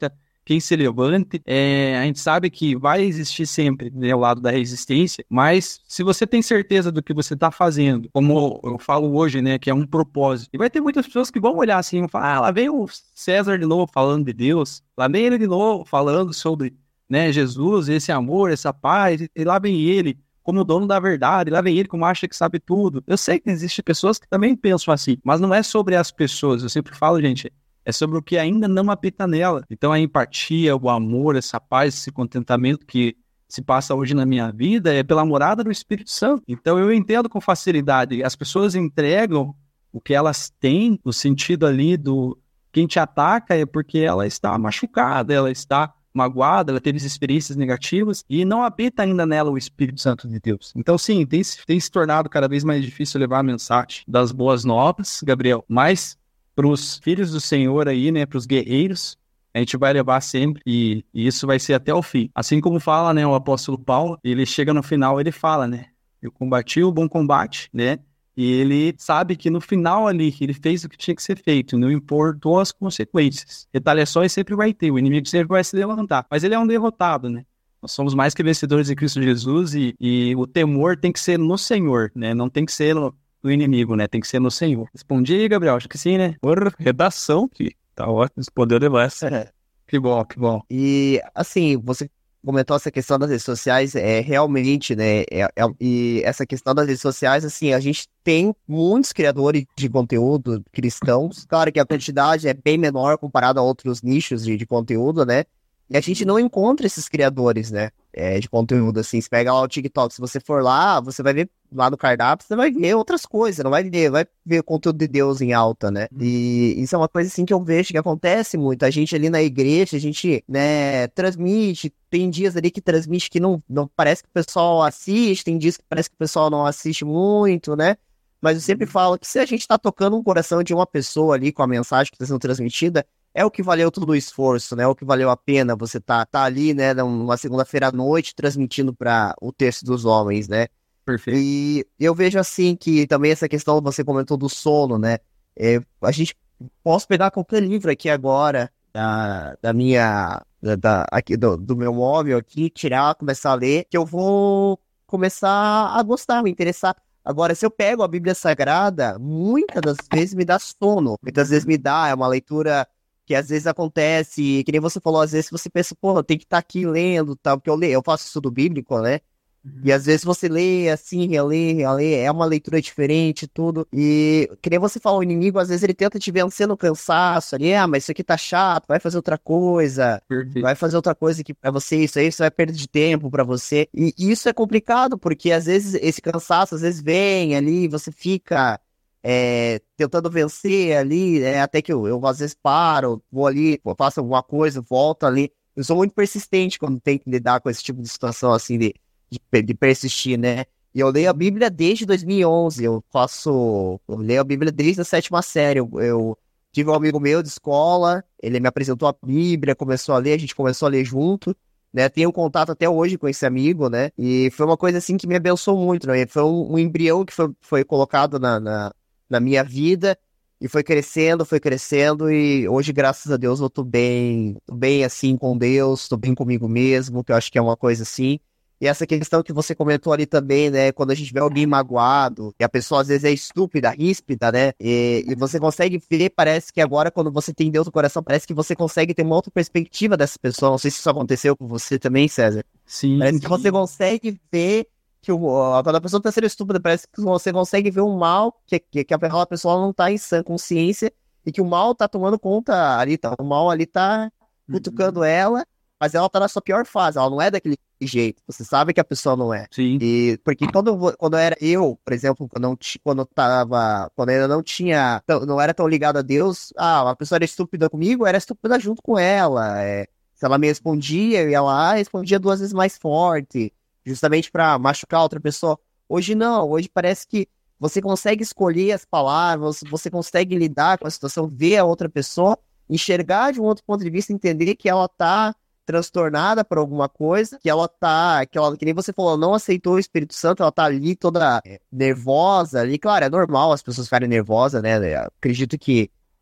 quem se levante. A gente sabe que vai existir sempre, né, o lado da resistência, mas se você tem certeza do que você está fazendo, como eu falo hoje, né, que é um propósito, e vai ter muitas pessoas que vão olhar assim e vão falar, lá vem o César de novo falando de Deus, lá vem ele de novo falando sobre, né, Jesus, esse amor, essa paz, e lá vem ele como o dono da verdade, lá vem ele como acha que sabe tudo. Eu sei que existem pessoas que também pensam assim, mas não é sobre as pessoas. Eu sempre falo, gente, é sobre o que ainda não habita nela. Então a empatia, o amor, essa paz, esse contentamento que se passa hoje na minha vida é pela morada do Espírito Santo. Então eu entendo com facilidade. As pessoas entregam o que elas têm, no sentido ali do quem te ataca é porque ela está machucada, ela está magoada, ela teve experiências negativas e não habita ainda nela o Espírito Santo de Deus. Então, sim, tem se tornado cada vez mais difícil levar a mensagem das boas novas, Gabriel, mas para os filhos do Senhor aí, né, para os guerreiros, a gente vai levar sempre e isso vai ser até o fim. Assim como fala, né, o apóstolo Paulo, ele chega no final, ele fala, né, eu combati o bom combate, né, e ele sabe que no final ali, ele fez o que tinha que ser feito, não importou as consequências. Retaliações sempre vai ter, o inimigo sempre vai se levantar, mas ele é um derrotado, né? Nós somos mais que vencedores em Cristo Jesus e o temor tem que ser no Senhor, né? Não tem que ser no inimigo, né? Tem que ser no Senhor. Respondi aí, Gabriel? Acho que sim, né? Por redação, que tá ótimo, respondeu demais. Que bom, que bom. E, assim, você comentou essa questão das redes sociais, realmente, né, e essa questão das redes sociais, assim, a gente tem muitos criadores de conteúdo cristãos, claro que a quantidade é bem menor comparado a outros nichos de conteúdo, né, e a gente não encontra esses criadores, né, de conteúdo, assim, você pega lá o TikTok, se você for lá, você vai ver lá no cardápio, você vai ver outras coisas, não vai ver o conteúdo de Deus em alta, né, e isso é uma coisa, assim, que eu vejo que acontece muito, a gente ali na igreja, a gente, né, transmite, tem dias ali que transmite que não parece que o pessoal assiste, tem dias que parece que o pessoal não assiste muito, né, mas eu sempre falo que se a gente tá tocando um coração de uma pessoa ali com a mensagem que está sendo transmitida, é o que valeu todo o esforço, né? É o que valeu a pena você tá ali, né, numa segunda-feira à noite, transmitindo para o terço dos homens, né? Perfeito. E eu vejo assim que também essa questão que você comentou do sono, né? A gente posso pegar qualquer livro aqui agora, aqui do meu móvel aqui, tirar, começar a ler, que eu vou começar a gostar, me interessar. Agora, se eu pego a Bíblia Sagrada, muitas das vezes me dá sono, muitas vezes me dá, é uma leitura que às vezes acontece, que nem você falou, às vezes você pensa, pô, eu tenho que estar aqui lendo, tal, porque eu faço estudo bíblico, né? E às vezes você lê assim, relê, é uma leitura diferente, tudo. E que nem você falou, o inimigo, às vezes ele tenta te vencer no cansaço ali, mas isso aqui tá chato, vai fazer outra coisa, Perfeito. vai fazer outra coisa aqui pra você, isso aí você vai perder de tempo pra você. E isso é complicado, porque às vezes esse cansaço, às vezes vem ali, você fica tentando vencer ali, até que eu às vezes paro, vou ali, faço alguma coisa, volto ali. Eu sou muito persistente quando tenho que lidar com esse tipo de situação, assim, de persistir, né? E eu leio a Bíblia desde 2011, eu leio a Bíblia desde a 7ª série, eu tive um amigo meu de escola, ele me apresentou a Bíblia, começou a ler, a gente começou a ler junto, né? Tenho contato até hoje com esse amigo, né? E foi uma coisa, assim, que me abençoou muito, né? Foi um embrião que foi colocado na minha vida, e foi crescendo, e hoje, graças a Deus, eu tô bem, assim, com Deus, tô bem comigo mesmo, que eu acho que é uma coisa assim. E essa questão que você comentou ali também, né, quando a gente vê alguém magoado, e a pessoa às vezes é estúpida, ríspida, né, e você consegue ver, parece que agora, quando você tem Deus no coração, parece que você consegue ter uma outra perspectiva dessa pessoa. Não sei se isso aconteceu com você também, César. Sim. Parece que você consegue ver que quando a pessoa tá sendo estúpida, parece que você consegue ver o mal, que aquela pessoa não tá em sã consciência, e que o mal tá tomando conta ali, o mal ali tá cutucando ela, mas ela tá na sua pior fase, ela não é daquele jeito, você sabe que a pessoa não é. Sim. E porque quando era eu, por exemplo, quando eu ainda não era tão ligado a Deus, a pessoa era estúpida comigo, eu era estúpida junto com ela, se ela me respondia, eu ia lá, respondia 2 vezes mais forte, justamente pra machucar outra pessoa. Hoje não, hoje parece que você consegue escolher as palavras, você consegue lidar com a situação, ver a outra pessoa, enxergar de um outro ponto de vista, entender que ela tá transtornada por alguma coisa, que nem você falou, não aceitou o Espírito Santo, ela tá ali toda nervosa ali, claro, é normal as pessoas ficarem nervosas, né, eu acredito que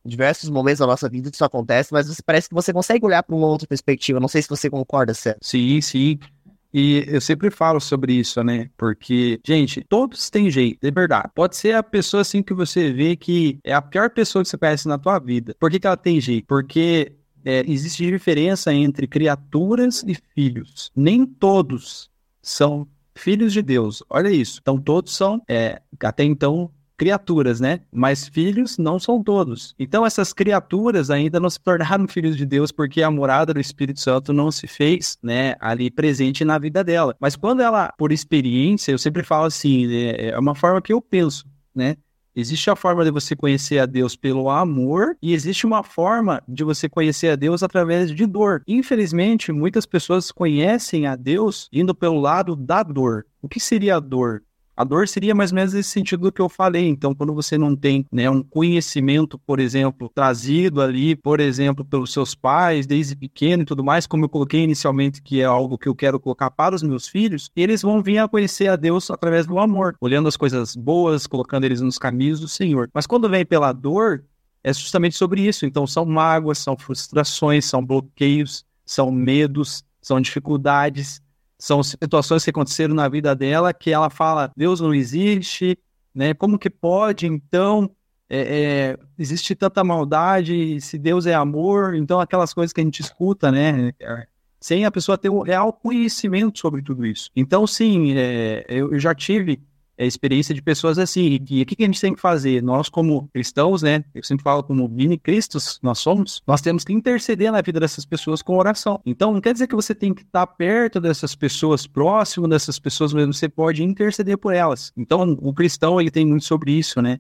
diversos momentos da nossa vida isso acontece, mas parece que você consegue olhar para uma outra perspectiva. Não sei se você concorda, Sérgio. Sim, sim. E eu sempre falo sobre isso, né? Porque, gente, todos têm jeito, é verdade. Pode ser a pessoa, assim, que você vê que é a pior pessoa que você conhece na tua vida. Por que ela tem jeito? Porque existe diferença entre criaturas e filhos. Nem todos são filhos de Deus. Olha isso. Então, todos são, até então, criaturas, né? Mas filhos não são todos. Então, essas criaturas ainda não se tornaram filhos de Deus porque a morada do Espírito Santo não se fez, né, ali presente na vida dela. Mas quando ela, por experiência, eu sempre falo assim, é uma forma que eu penso, né? Existe a forma de você conhecer a Deus pelo amor e existe uma forma de você conhecer a Deus através de dor. Infelizmente, muitas pessoas conhecem a Deus indo pelo lado da dor. O que seria a dor? A dor seria mais ou menos esse sentido do que eu falei. Então, quando você não tem, né, um conhecimento, por exemplo, trazido ali, por exemplo, pelos seus pais, desde pequeno e tudo mais, como eu coloquei inicialmente, que é algo que eu quero colocar para os meus filhos, eles vão vir a conhecer a Deus através do amor, olhando as coisas boas, colocando eles nos caminhos do Senhor. Mas quando vem pela dor, é justamente sobre isso. Então, são mágoas, são frustrações, são bloqueios, são medos, são dificuldades, são situações que aconteceram na vida dela que ela fala, Deus não existe, né? Como que pode, então, existe tanta maldade, se Deus é amor, então aquelas coisas que a gente escuta, né? Sem a pessoa ter um real conhecimento sobre tudo isso. Então, sim, eu já tive experiência de pessoas assim, e o que a gente tem que fazer? Nós, como cristãos, né, eu sempre falo como mini-cristos, nós temos que interceder na vida dessas pessoas com oração. Então, não quer dizer que você tem que estar perto dessas pessoas, próximo dessas pessoas, mas você pode interceder por elas. Então, o cristão, ele tem muito sobre isso, né,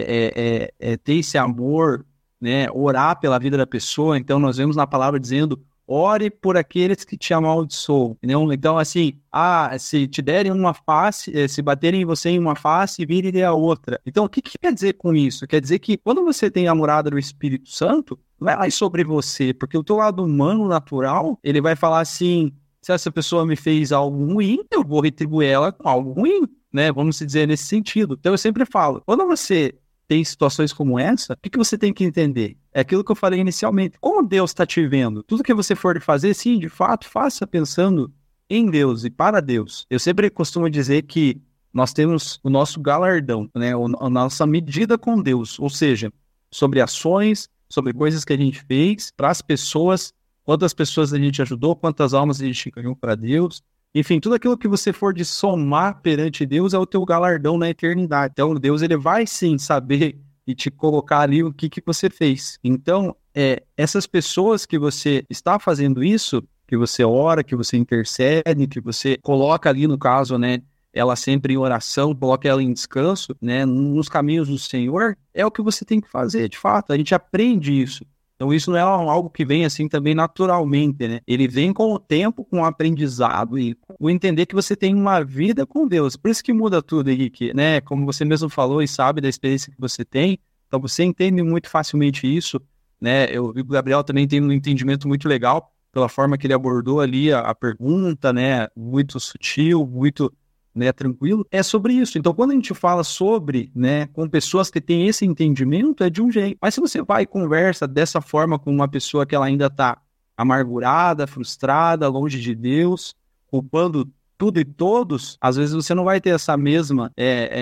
ter esse amor, né, orar pela vida da pessoa. Então, nós vemos na palavra dizendo, ore por aqueles que te amaldiçoam. Não? Então, assim, se te derem uma face, se baterem em você em uma face, virem a outra. Então, o que quer dizer com isso? Quer dizer que quando você tem a morada do Espírito Santo, vai lá sobre você, porque o teu lado humano, natural, ele vai falar assim, se essa pessoa me fez algo ruim, eu vou retribuir ela com algo ruim, né? Vamos dizer nesse sentido. Então, eu sempre falo, quando você tem situações como essa, o que você tem que entender? É aquilo que eu falei inicialmente. Como Deus está te vendo? Tudo que você for fazer, sim, de fato, faça pensando em Deus e para Deus. Eu sempre costumo dizer que nós temos o nosso galardão, né? A nossa medida com Deus, ou seja, sobre ações, sobre coisas que a gente fez para as pessoas, quantas pessoas a gente ajudou, quantas almas a gente ganhou para Deus. Enfim, tudo aquilo que você for de somar perante Deus é o teu galardão na eternidade. Então, Deus, ele vai sim saber e te colocar ali o que você fez. Então, essas pessoas que você está fazendo isso, que você ora, que você intercede, que você coloca ali, no caso, né, ela sempre em oração, coloca ela em descanso, né, nos caminhos do Senhor, é o que você tem que fazer, de fato. A gente aprende isso. Então, isso não é algo que vem assim também naturalmente, né? Ele vem com o tempo, com o aprendizado e o entender que você tem uma vida com Deus. Por isso que muda tudo, Henrique, né? Como você mesmo falou e sabe da experiência que você tem, então você entende muito facilmente isso, né? Eu vi que o Gabriel também tem um entendimento muito legal pela forma que ele abordou ali a pergunta, né? Muito sutil, muito, né, tranquilo, é sobre isso. Então, quando a gente fala sobre, né, com pessoas que têm esse entendimento, é de um jeito. Mas se você vai e conversa dessa forma com uma pessoa que ela ainda está amargurada, frustrada, longe de Deus, culpando tudo e todos, às vezes você não vai ter essa mesma,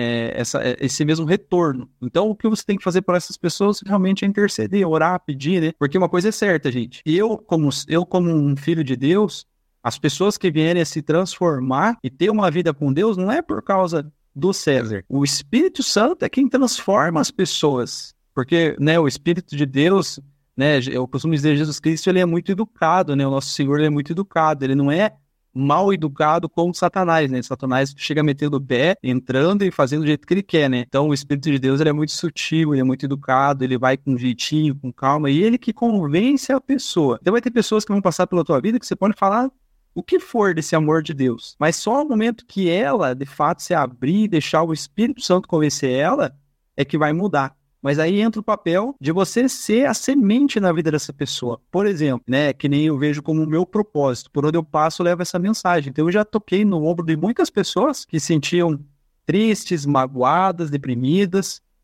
esse mesmo retorno. Então, o que você tem que fazer para essas pessoas realmente é interceder, orar, pedir, né? Porque uma coisa é certa, gente. Eu como um filho de Deus, as pessoas que vierem a se transformar e ter uma vida com Deus não é por causa do César. O Espírito Santo é quem transforma as pessoas. Porque, né, o Espírito de Deus, né, eu costumo dizer, Jesus Cristo, ele é muito educado, né? O nosso Senhor, ele é muito educado. Ele não é mal educado como Satanás, né? Satanás chega metendo o pé, entrando e fazendo do jeito que ele quer, né? Então, o Espírito de Deus, ele é muito sutil, ele é muito educado, ele vai com jeitinho, com calma, e ele que convence a pessoa. Então, vai ter pessoas que vão passar pela tua vida que você pode falar o que for desse amor de Deus. Mas só no momento que ela, de fato, se abrir e deixar o Espírito Santo convencer ela, é que vai mudar. Mas aí entra o papel de você ser a semente na vida dessa pessoa. Por exemplo, né, que nem eu vejo como o meu propósito. Por onde eu passo, eu levo essa mensagem. Então eu já toquei no ombro de muitas pessoas que se sentiam tristes, magoadas, deprimidas.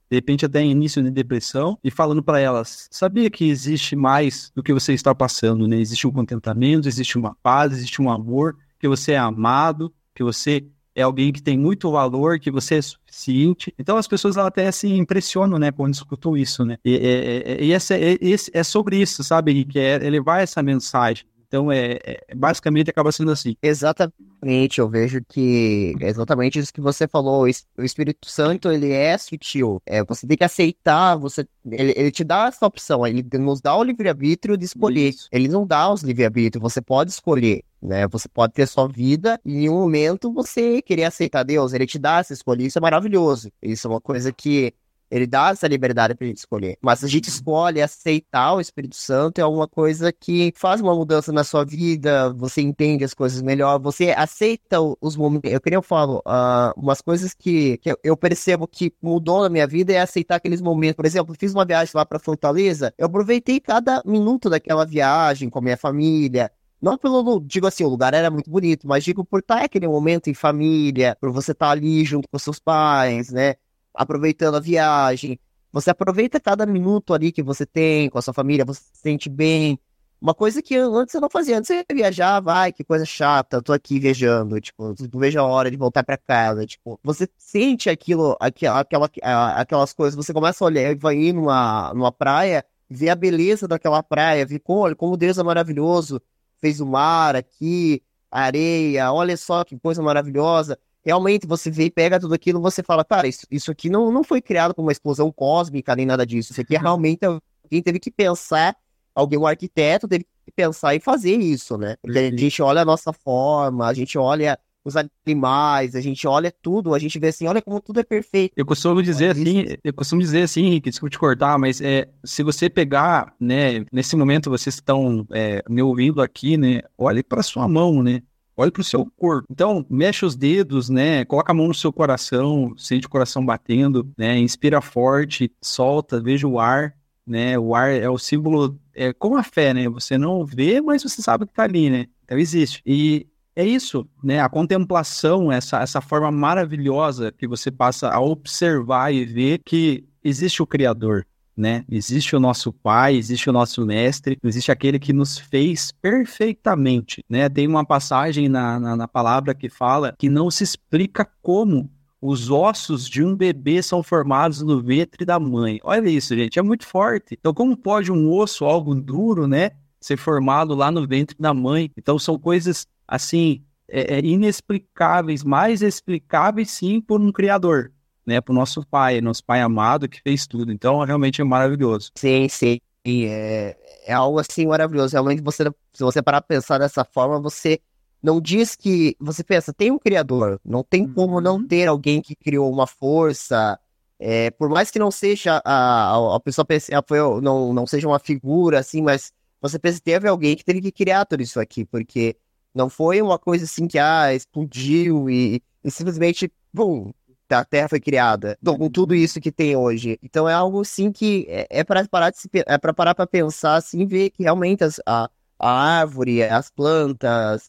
de repente até em início de depressão, e falando para elas, sabia que existe mais do que você está passando, né? Existe um contentamento, existe uma paz, existe um amor, que você é amado, que você é alguém que tem muito valor, que você é suficiente. Então as pessoas elas até se impressionam, né, quando escutam isso, né? E é sobre isso, sabe, Henrique? É levar essa mensagem. Então, basicamente acaba sendo assim. Exatamente, eu vejo que é exatamente isso que você falou. O Espírito Santo, ele é sutil. Você tem que aceitar, ele te dá essa opção, ele nos dá o livre-arbítrio de escolher. Isso. Ele não dá os livre-arbítrio, você pode escolher, né? Você pode ter sua vida e em um momento você querer aceitar Deus, ele te dá essa escolha. Isso é maravilhoso. Isso é uma coisa que ele dá essa liberdade pra gente escolher. Mas se a gente escolhe aceitar o Espírito Santo, é alguma coisa que faz uma mudança na sua vida, você entende as coisas melhor, você aceita os momentos. Eu falo, umas coisas que eu percebo que mudou na minha vida é aceitar aqueles momentos. Por exemplo, eu fiz uma viagem lá pra Fortaleza, eu aproveitei cada minuto daquela viagem com a minha família. Não digo assim, o lugar era muito bonito, mas digo por estar aquele momento em família, por você estar ali junto com seus pais, né? Aproveitando a viagem, você aproveita cada minuto ali que você tem com a sua família, você se sente bem. Uma coisa que antes eu não fazia, antes eu ia viajar, vai, que coisa chata, eu tô aqui viajando, tipo, não vejo a hora de voltar pra casa, tipo, você sente aquelas coisas, você começa a olhar, vai ir numa praia, ver a beleza daquela praia, ver como Deus é maravilhoso, fez o mar aqui, a areia, olha só que coisa maravilhosa. Realmente você vê e pega tudo aquilo, você fala, cara, isso aqui não foi criado por uma explosão cósmica, nem nada disso. Isso aqui realmente alguém teve que pensar, um arquiteto teve que pensar e fazer isso, né? Porque a gente olha a nossa forma, a gente olha os animais, a gente olha tudo, a gente vê assim, olha como tudo é perfeito. Eu costumo dizer assim, Henrique, desculpa te cortar, mas se você pegar, né, nesse momento vocês estão me ouvindo aqui, né, olhe para sua mão, né? Olha para o seu corpo. Então, mexe os dedos, né? Coloca a mão no seu coração, sente o coração batendo, né? Inspira forte, solta, veja o ar, né? O ar é o símbolo, como a fé, né? Você não vê, mas você sabe que está ali, né? Então, existe. E é isso, né? A contemplação, essa forma maravilhosa que você passa a observar e ver que existe o Criador, né? Existe o nosso Pai, existe o nosso Mestre, existe aquele que nos fez perfeitamente, né? Tem uma passagem na palavra que fala que não se explica como os ossos de um bebê são formados no ventre da mãe. Olha isso, gente, é muito forte. Então, como pode um osso, algo duro, né, ser formado lá no ventre da mãe? Então, são coisas, assim, inexplicáveis, mais explicáveis, sim, por um Criador, né, pro nosso pai amado que fez tudo. Então, realmente é maravilhoso. Sim, sim. É algo assim maravilhoso. Realmente, se você parar pra pensar dessa forma, você não diz que... Você pensa, tem um criador. Não tem como não ter alguém que criou uma força. Por mais que não seja a pessoa não seja uma figura assim, mas você pensa, teve alguém que teve que criar tudo isso aqui, porque não foi uma coisa assim que explodiu e simplesmente, bum, a Terra foi criada, com tudo isso que tem hoje. Então é algo assim que para parar para pensar assim, ver que realmente a árvore, as plantas,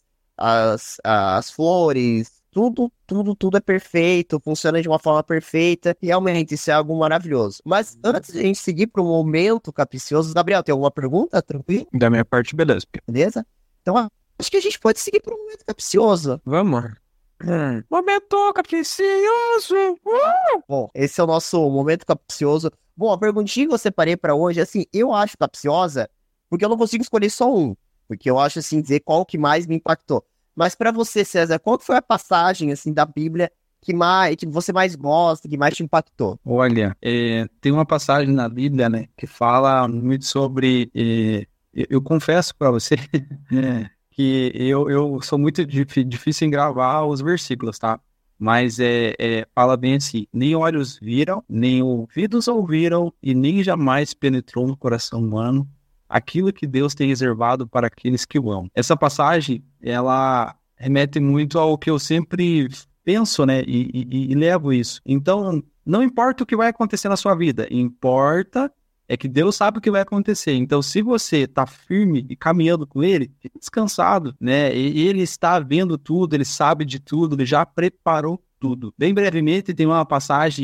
as flores, tudo é perfeito, funciona de uma forma perfeita, e realmente isso é algo maravilhoso. Mas antes de a gente seguir para o momento capcioso, Gabriel, tem alguma pergunta? Tranquilo? Da minha parte, beleza. Beleza? Então acho que a gente pode seguir para o momento capcioso. Vamos. Momento capcioso! Bom, esse é o nosso momento capcioso. Bom, a perguntinha que eu separei pra hoje, assim, eu acho capciosa, porque eu não consigo escolher só um, porque eu acho, assim, dizer qual que mais me impactou. Mas pra você, César, qual que foi a passagem, assim, da Bíblia que você mais gosta, que mais te impactou? Olha, tem uma passagem na Bíblia, né, que fala muito sobre... eu confesso pra você... que eu sou muito difícil em gravar os versículos, tá? Mas fala bem assim, nem olhos viram, nem ouvidos ouviram, e nem jamais penetrou no coração humano aquilo que Deus tem reservado para aqueles que o amam. Essa passagem, ela remete muito ao que eu sempre penso, né? E levo isso. Então, não importa o que vai acontecer na sua vida, importa... é que Deus sabe o que vai acontecer. Então, se você está firme e caminhando com Ele, fique descansado, né? E Ele está vendo tudo, Ele sabe de tudo, Ele já preparou tudo. Bem brevemente, tem uma passagem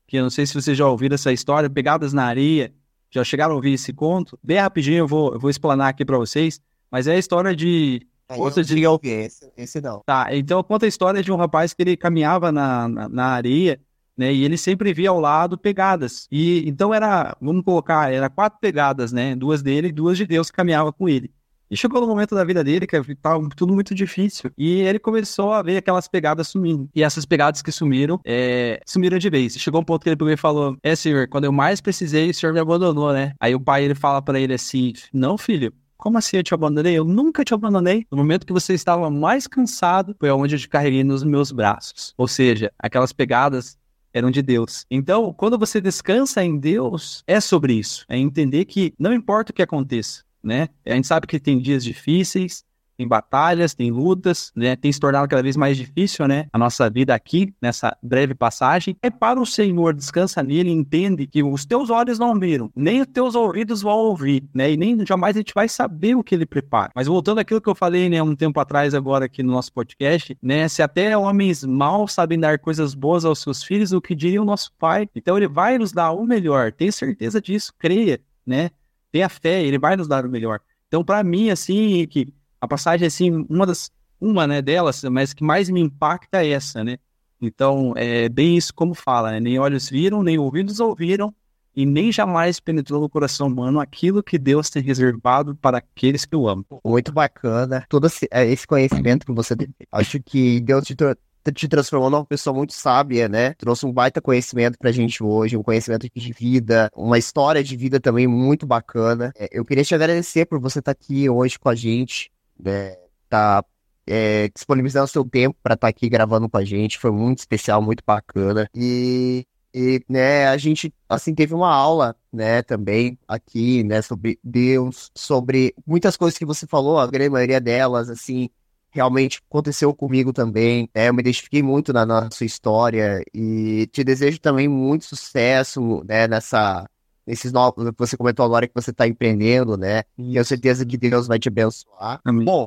que eu não sei se vocês já ouviram essa história, Pegadas na Areia, já chegaram a ouvir esse conto? Bem rapidinho eu vou explanar aqui para vocês, mas é a história de... Eu ouvir, esse não. Tá, então conta a história de um rapaz que ele caminhava na areia, né, e ele sempre via ao lado pegadas. E então vamos colocar, era 4 pegadas, né, 2 dele e 2 de Deus que caminhava com ele. E chegou no momento da vida dele que estava tudo muito difícil. E ele começou a ver aquelas pegadas sumindo. E essas pegadas que sumiram, sumiram de vez. E chegou um ponto que ele pegou e falou: Senhor, quando eu mais precisei, o Senhor me abandonou, né? Aí o pai, ele fala pra ele assim: não, filho, como assim eu te abandonei? Eu nunca te abandonei. No momento que você estava mais cansado, foi onde eu te carreguei nos meus braços. Ou seja, aquelas pegadas eram de Deus. Então, quando você descansa em Deus, é sobre isso. É entender que não importa o que aconteça, né? A gente sabe que tem dias difíceis, tem batalhas, tem lutas, né? Tem se tornado cada vez mais difícil, né? A nossa vida aqui, nessa breve passagem. É para o Senhor, descansa nele, entende que os teus olhos não viram, nem os teus ouvidos vão ouvir, né? E nem jamais a gente vai saber o que ele prepara. Mas voltando àquilo que eu falei, né, um tempo atrás agora aqui no nosso podcast, né? Se até homens maus sabem dar coisas boas aos seus filhos, o que diria o nosso Pai? Então ele vai nos dar o melhor. Tenha certeza disso, creia, né? Tenha fé, ele vai nos dar o melhor. Então, para mim, assim, que a passagem, assim, uma, né, delas, mas que mais me impacta é essa, né? Então, é bem isso como fala, né? Nem olhos viram, nem ouvidos ouviram, e nem jamais penetrou no coração humano aquilo que Deus tem reservado para aqueles que o amam. Muito bacana. Todo esse conhecimento que você tem. Acho que Deus te transformou numa pessoa muito sábia, né? Trouxe um baita conhecimento pra gente hoje, um conhecimento de vida, uma história de vida também muito bacana. Eu queria te agradecer por você estar aqui hoje com a gente, né? Disponibilizando o seu tempo para estar aqui gravando com a gente. Foi muito especial, muito bacana. E né, a gente, assim, teve uma aula, né, também aqui, né, sobre Deus, sobre muitas coisas que você falou, a grande maioria delas, assim, realmente aconteceu comigo também. Eu me identifiquei muito na sua história e te desejo também muito sucesso, né, nesses novos, você comentou agora que você está empreendendo, né? E tenho certeza que Deus vai te abençoar. Amém. Bom,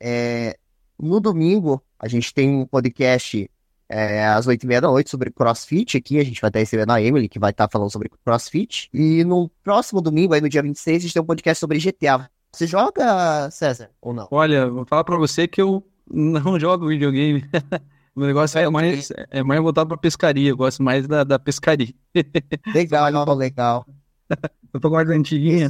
no domingo a gente tem um podcast às 8h30 sobre CrossFit aqui. A gente vai estar recebendo a Emily, que vai estar falando sobre CrossFit. E no próximo domingo, aí no dia 26, a gente tem um podcast sobre GTA. Você joga, César, ou não? Olha, vou falar pra você que eu não jogo videogame. O negócio é mais voltado pra pescaria. Eu gosto mais da pescaria. Legal. Eu tô guardando antiguinha.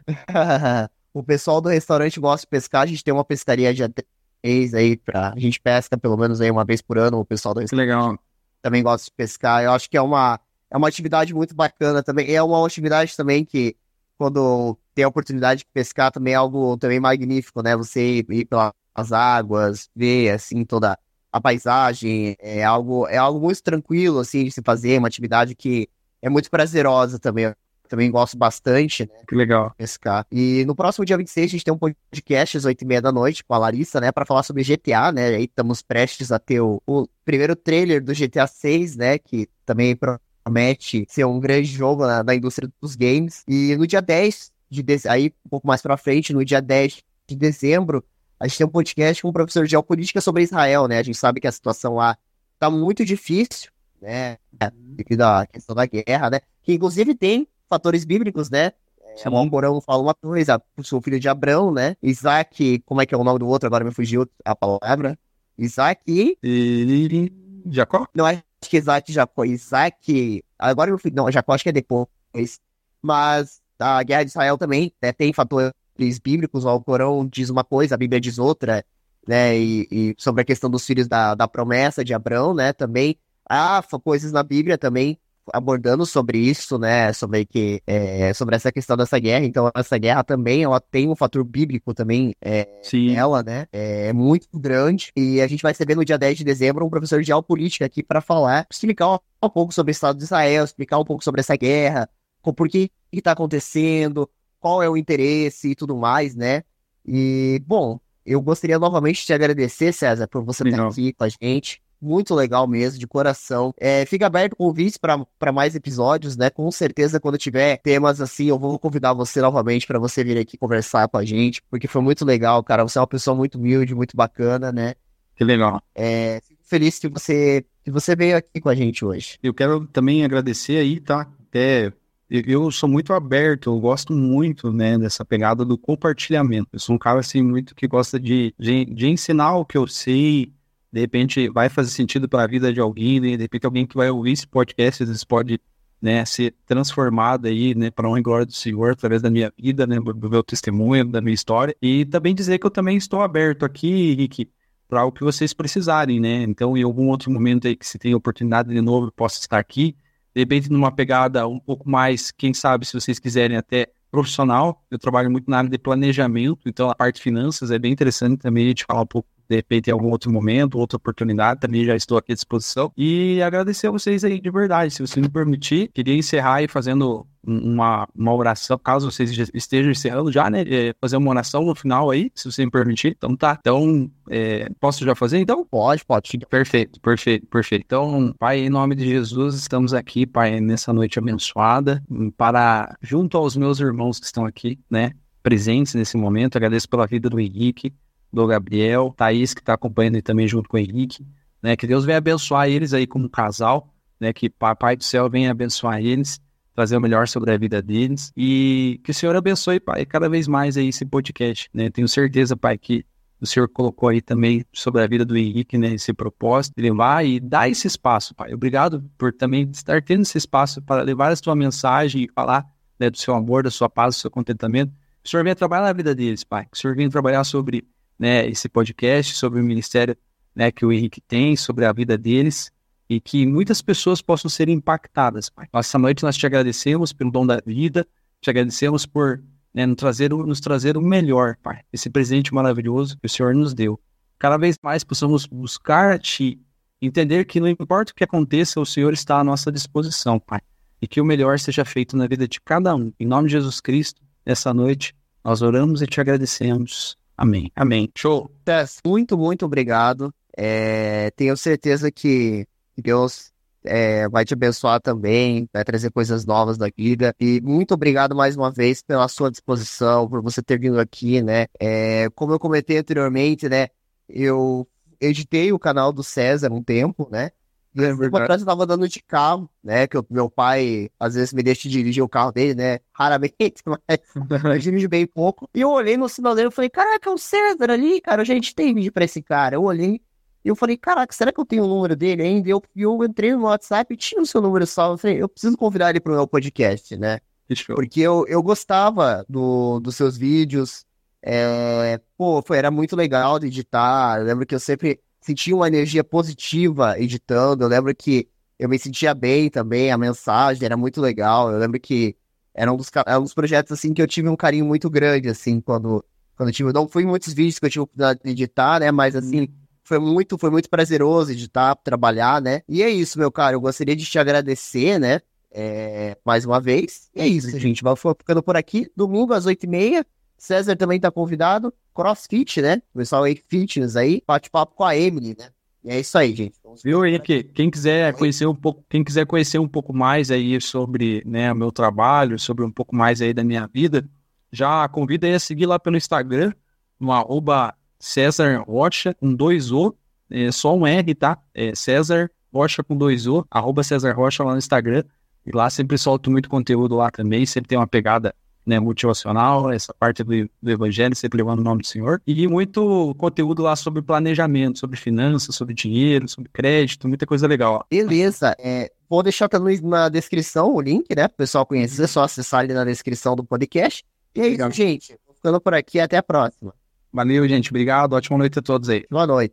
O pessoal do restaurante gosta de pescar. A gente tem uma pescaria de aí a gente pesca pelo menos aí uma vez por ano. O pessoal do restaurante Legal. também gosta de pescar. Eu acho que é uma atividade muito bacana também. É uma atividade também que, quando tem a oportunidade de pescar, também é algo também magnífico, né? Você ir pelas águas, ver, assim, toda a paisagem. É algo muito tranquilo, assim, de se fazer. Uma atividade que é muito prazerosa também. Também gosto bastante, né? Que legal. Pescar. E no próximo dia 26 a gente tem um podcast às 8h30 com a Larissa, né? Pra falar sobre GTA, né? E aí estamos prestes a ter o primeiro trailer do GTA 6, né? Que também promete ser um grande jogo na indústria dos games. E no dia 10 aí um pouco mais pra frente, no dia 10 de dezembro, a gente tem um podcast com um professor de geopolítica sobre Israel, né? A gente sabe que a situação lá tá muito difícil, né? Devido à questão da guerra, né? Que inclusive tem fatores bíblicos, né? O Alcorão fala uma coisa, o filho de Abrão, né? Isaac, como é que é o nome do outro? Agora me fugiu a palavra. Isaac e Jacó? Não, acho que Isaac e Jacó. Isaac, agora eu fui, não, Jacó acho que é depois. Mas a guerra de Israel também, né, tem fatores bíblicos. O Alcorão diz uma coisa, a Bíblia diz outra, né? E sobre a questão dos filhos da promessa de Abrão, né? Também há coisas na Bíblia também abordando sobre isso, né, sobre essa questão dessa guerra. Então essa guerra também, ela tem um fator bíblico também, ela, né, é muito grande, e a gente vai receber no dia 10 de dezembro um professor de geopolítica aqui para explicar um pouco sobre o Estado de Israel, explicar um pouco sobre essa guerra, por que está acontecendo, qual é o interesse e tudo mais, né. E, bom, eu gostaria novamente de te agradecer, César, por você estar aqui com a gente. Muito legal mesmo, de coração. Fica aberto o convite para mais episódios, né? Com certeza, quando tiver temas assim, eu vou convidar você novamente para você vir aqui conversar com a gente, porque foi muito legal, cara. Você é uma pessoa muito humilde, muito bacana, né? Que legal. Fico feliz que você que você veio aqui com a gente hoje. Eu quero também agradecer aí, tá? Eu sou muito aberto, eu gosto muito, né, dessa pegada do compartilhamento. Eu sou um cara, assim, muito que gosta de ensinar o que eu sei. De repente vai fazer sentido para a vida de alguém, né? De repente alguém que vai ouvir esse podcast, às vezes pode, né, ser transformado aí, né, para honra e glória do Senhor, através da minha vida, né, do meu testemunho, da minha história. E também dizer que eu também estou aberto aqui, Rick, para o que vocês precisarem, né? Então, em algum outro momento aí que se tem oportunidade de novo, eu posso estar aqui. De repente, numa pegada um pouco mais, quem sabe, se vocês quiserem, até profissional. Eu trabalho muito na área de planejamento, então a parte de finanças é bem interessante também a gente falar um pouco, de repente, em algum outro momento, outra oportunidade, também já estou aqui à disposição. E agradecer a vocês aí de verdade, se você me permitir, queria encerrar aí fazendo uma oração, caso vocês estejam encerrando já, né, fazer uma oração no final aí, se você me permitir. Então tá, então, posso já fazer então? Pode. Perfeito. Então, Pai, em nome de Jesus, estamos aqui, Pai, nessa noite abençoada, para, junto aos meus irmãos que estão aqui, né, presentes nesse momento, agradeço pela vida do Henrique, do Gabriel, Thaís, que está acompanhando aí também junto com o Henrique, né, que Deus venha abençoar eles aí como casal, né, que Papai do Céu venha abençoar eles, trazer o melhor sobre a vida deles, e que o Senhor abençoe, Pai, cada vez mais aí esse podcast, né, tenho certeza, Pai, que o Senhor colocou aí também sobre a vida do Henrique, né, esse propósito de levar e dar esse espaço, Pai. Obrigado por também estar tendo esse espaço para levar a sua mensagem e falar, né, do seu amor, da sua paz, do seu contentamento. Que o Senhor venha trabalhar na vida deles, Pai. Que o Senhor venha trabalhar sobre, né, esse podcast, sobre o ministério, né, que o Henrique tem, sobre a vida deles, e que muitas pessoas possam ser impactadas, Pai. Essa noite nós te agradecemos pelo dom da vida, te agradecemos por, né, nos trazer o melhor, Pai, esse presente maravilhoso que o Senhor nos deu. Cada vez mais possamos buscar a Ti, entender que não importa o que aconteça, o Senhor está à nossa disposição, Pai, e que o melhor seja feito na vida de cada um. Em nome de Jesus Cristo, nessa noite, nós oramos e te agradecemos. Amém. Show. Tess, muito obrigado. Tenho certeza que Deus vai te abençoar também, vai trazer coisas novas da vida. E muito obrigado mais uma vez pela sua disposição, por você ter vindo aqui, né? Como eu comentei anteriormente, né? Eu editei o canal do César um tempo, né? E atrás eu tava andando de carro, né? Que meu pai, às vezes, me deixa dirigir o carro dele, né? Raramente, mas eu dirijo bem pouco. E eu olhei no sinaleiro e falei, caraca, é o César ali, cara. Eu já editei vídeo pra esse cara. Eu olhei e eu falei, caraca, será que eu tenho o número dele ainda? Eu entrei no WhatsApp e tinha o seu número salvo. Eu falei, eu preciso convidar ele pro meu podcast, né? Porque eu gostava dos seus vídeos. Era muito legal de editar. Eu lembro que eu sempre sentia uma energia positiva editando. Eu lembro que eu me sentia bem também, a mensagem era muito legal. Eu lembro que era um dos projetos, assim, que eu tive um carinho muito grande, assim, quando eu tive... Não foi muitos vídeos que eu tive a oportunidade de editar, né, mas, assim, foi muito prazeroso editar, trabalhar, né. E é isso, meu cara, eu gostaria de te agradecer, né, mais uma vez. E é isso, gente, vai ficando por aqui. Domingo, às 8h30, César também tá convidado. CrossFit, né? O pessoal aí, fitness aí, bate-papo com a Emily, né? E é isso aí, gente. Viu, Henrique? Quem quiser conhecer um pouco mais aí sobre, né, o meu trabalho, sobre um pouco mais aí da minha vida, já convida aí a seguir lá pelo Instagram, no @César Rocha, com 2O, só um R, tá? César Rocha com 2O, @César Rocha lá no Instagram. E lá sempre solto muito conteúdo lá também, sempre tem uma pegada, né, motivacional, essa parte do evangelho, sempre levando o nome do Senhor, e muito conteúdo lá sobre planejamento, sobre finanças, sobre dinheiro, sobre crédito, muita coisa legal. Ó. Beleza, vou deixar também na descrição o link, né, pro pessoal conhecer, é só acessar ali na descrição do podcast. E é isso, gente, vou ficando por aqui, até a próxima. Valeu, gente, obrigado, ótima noite a todos aí. Boa noite.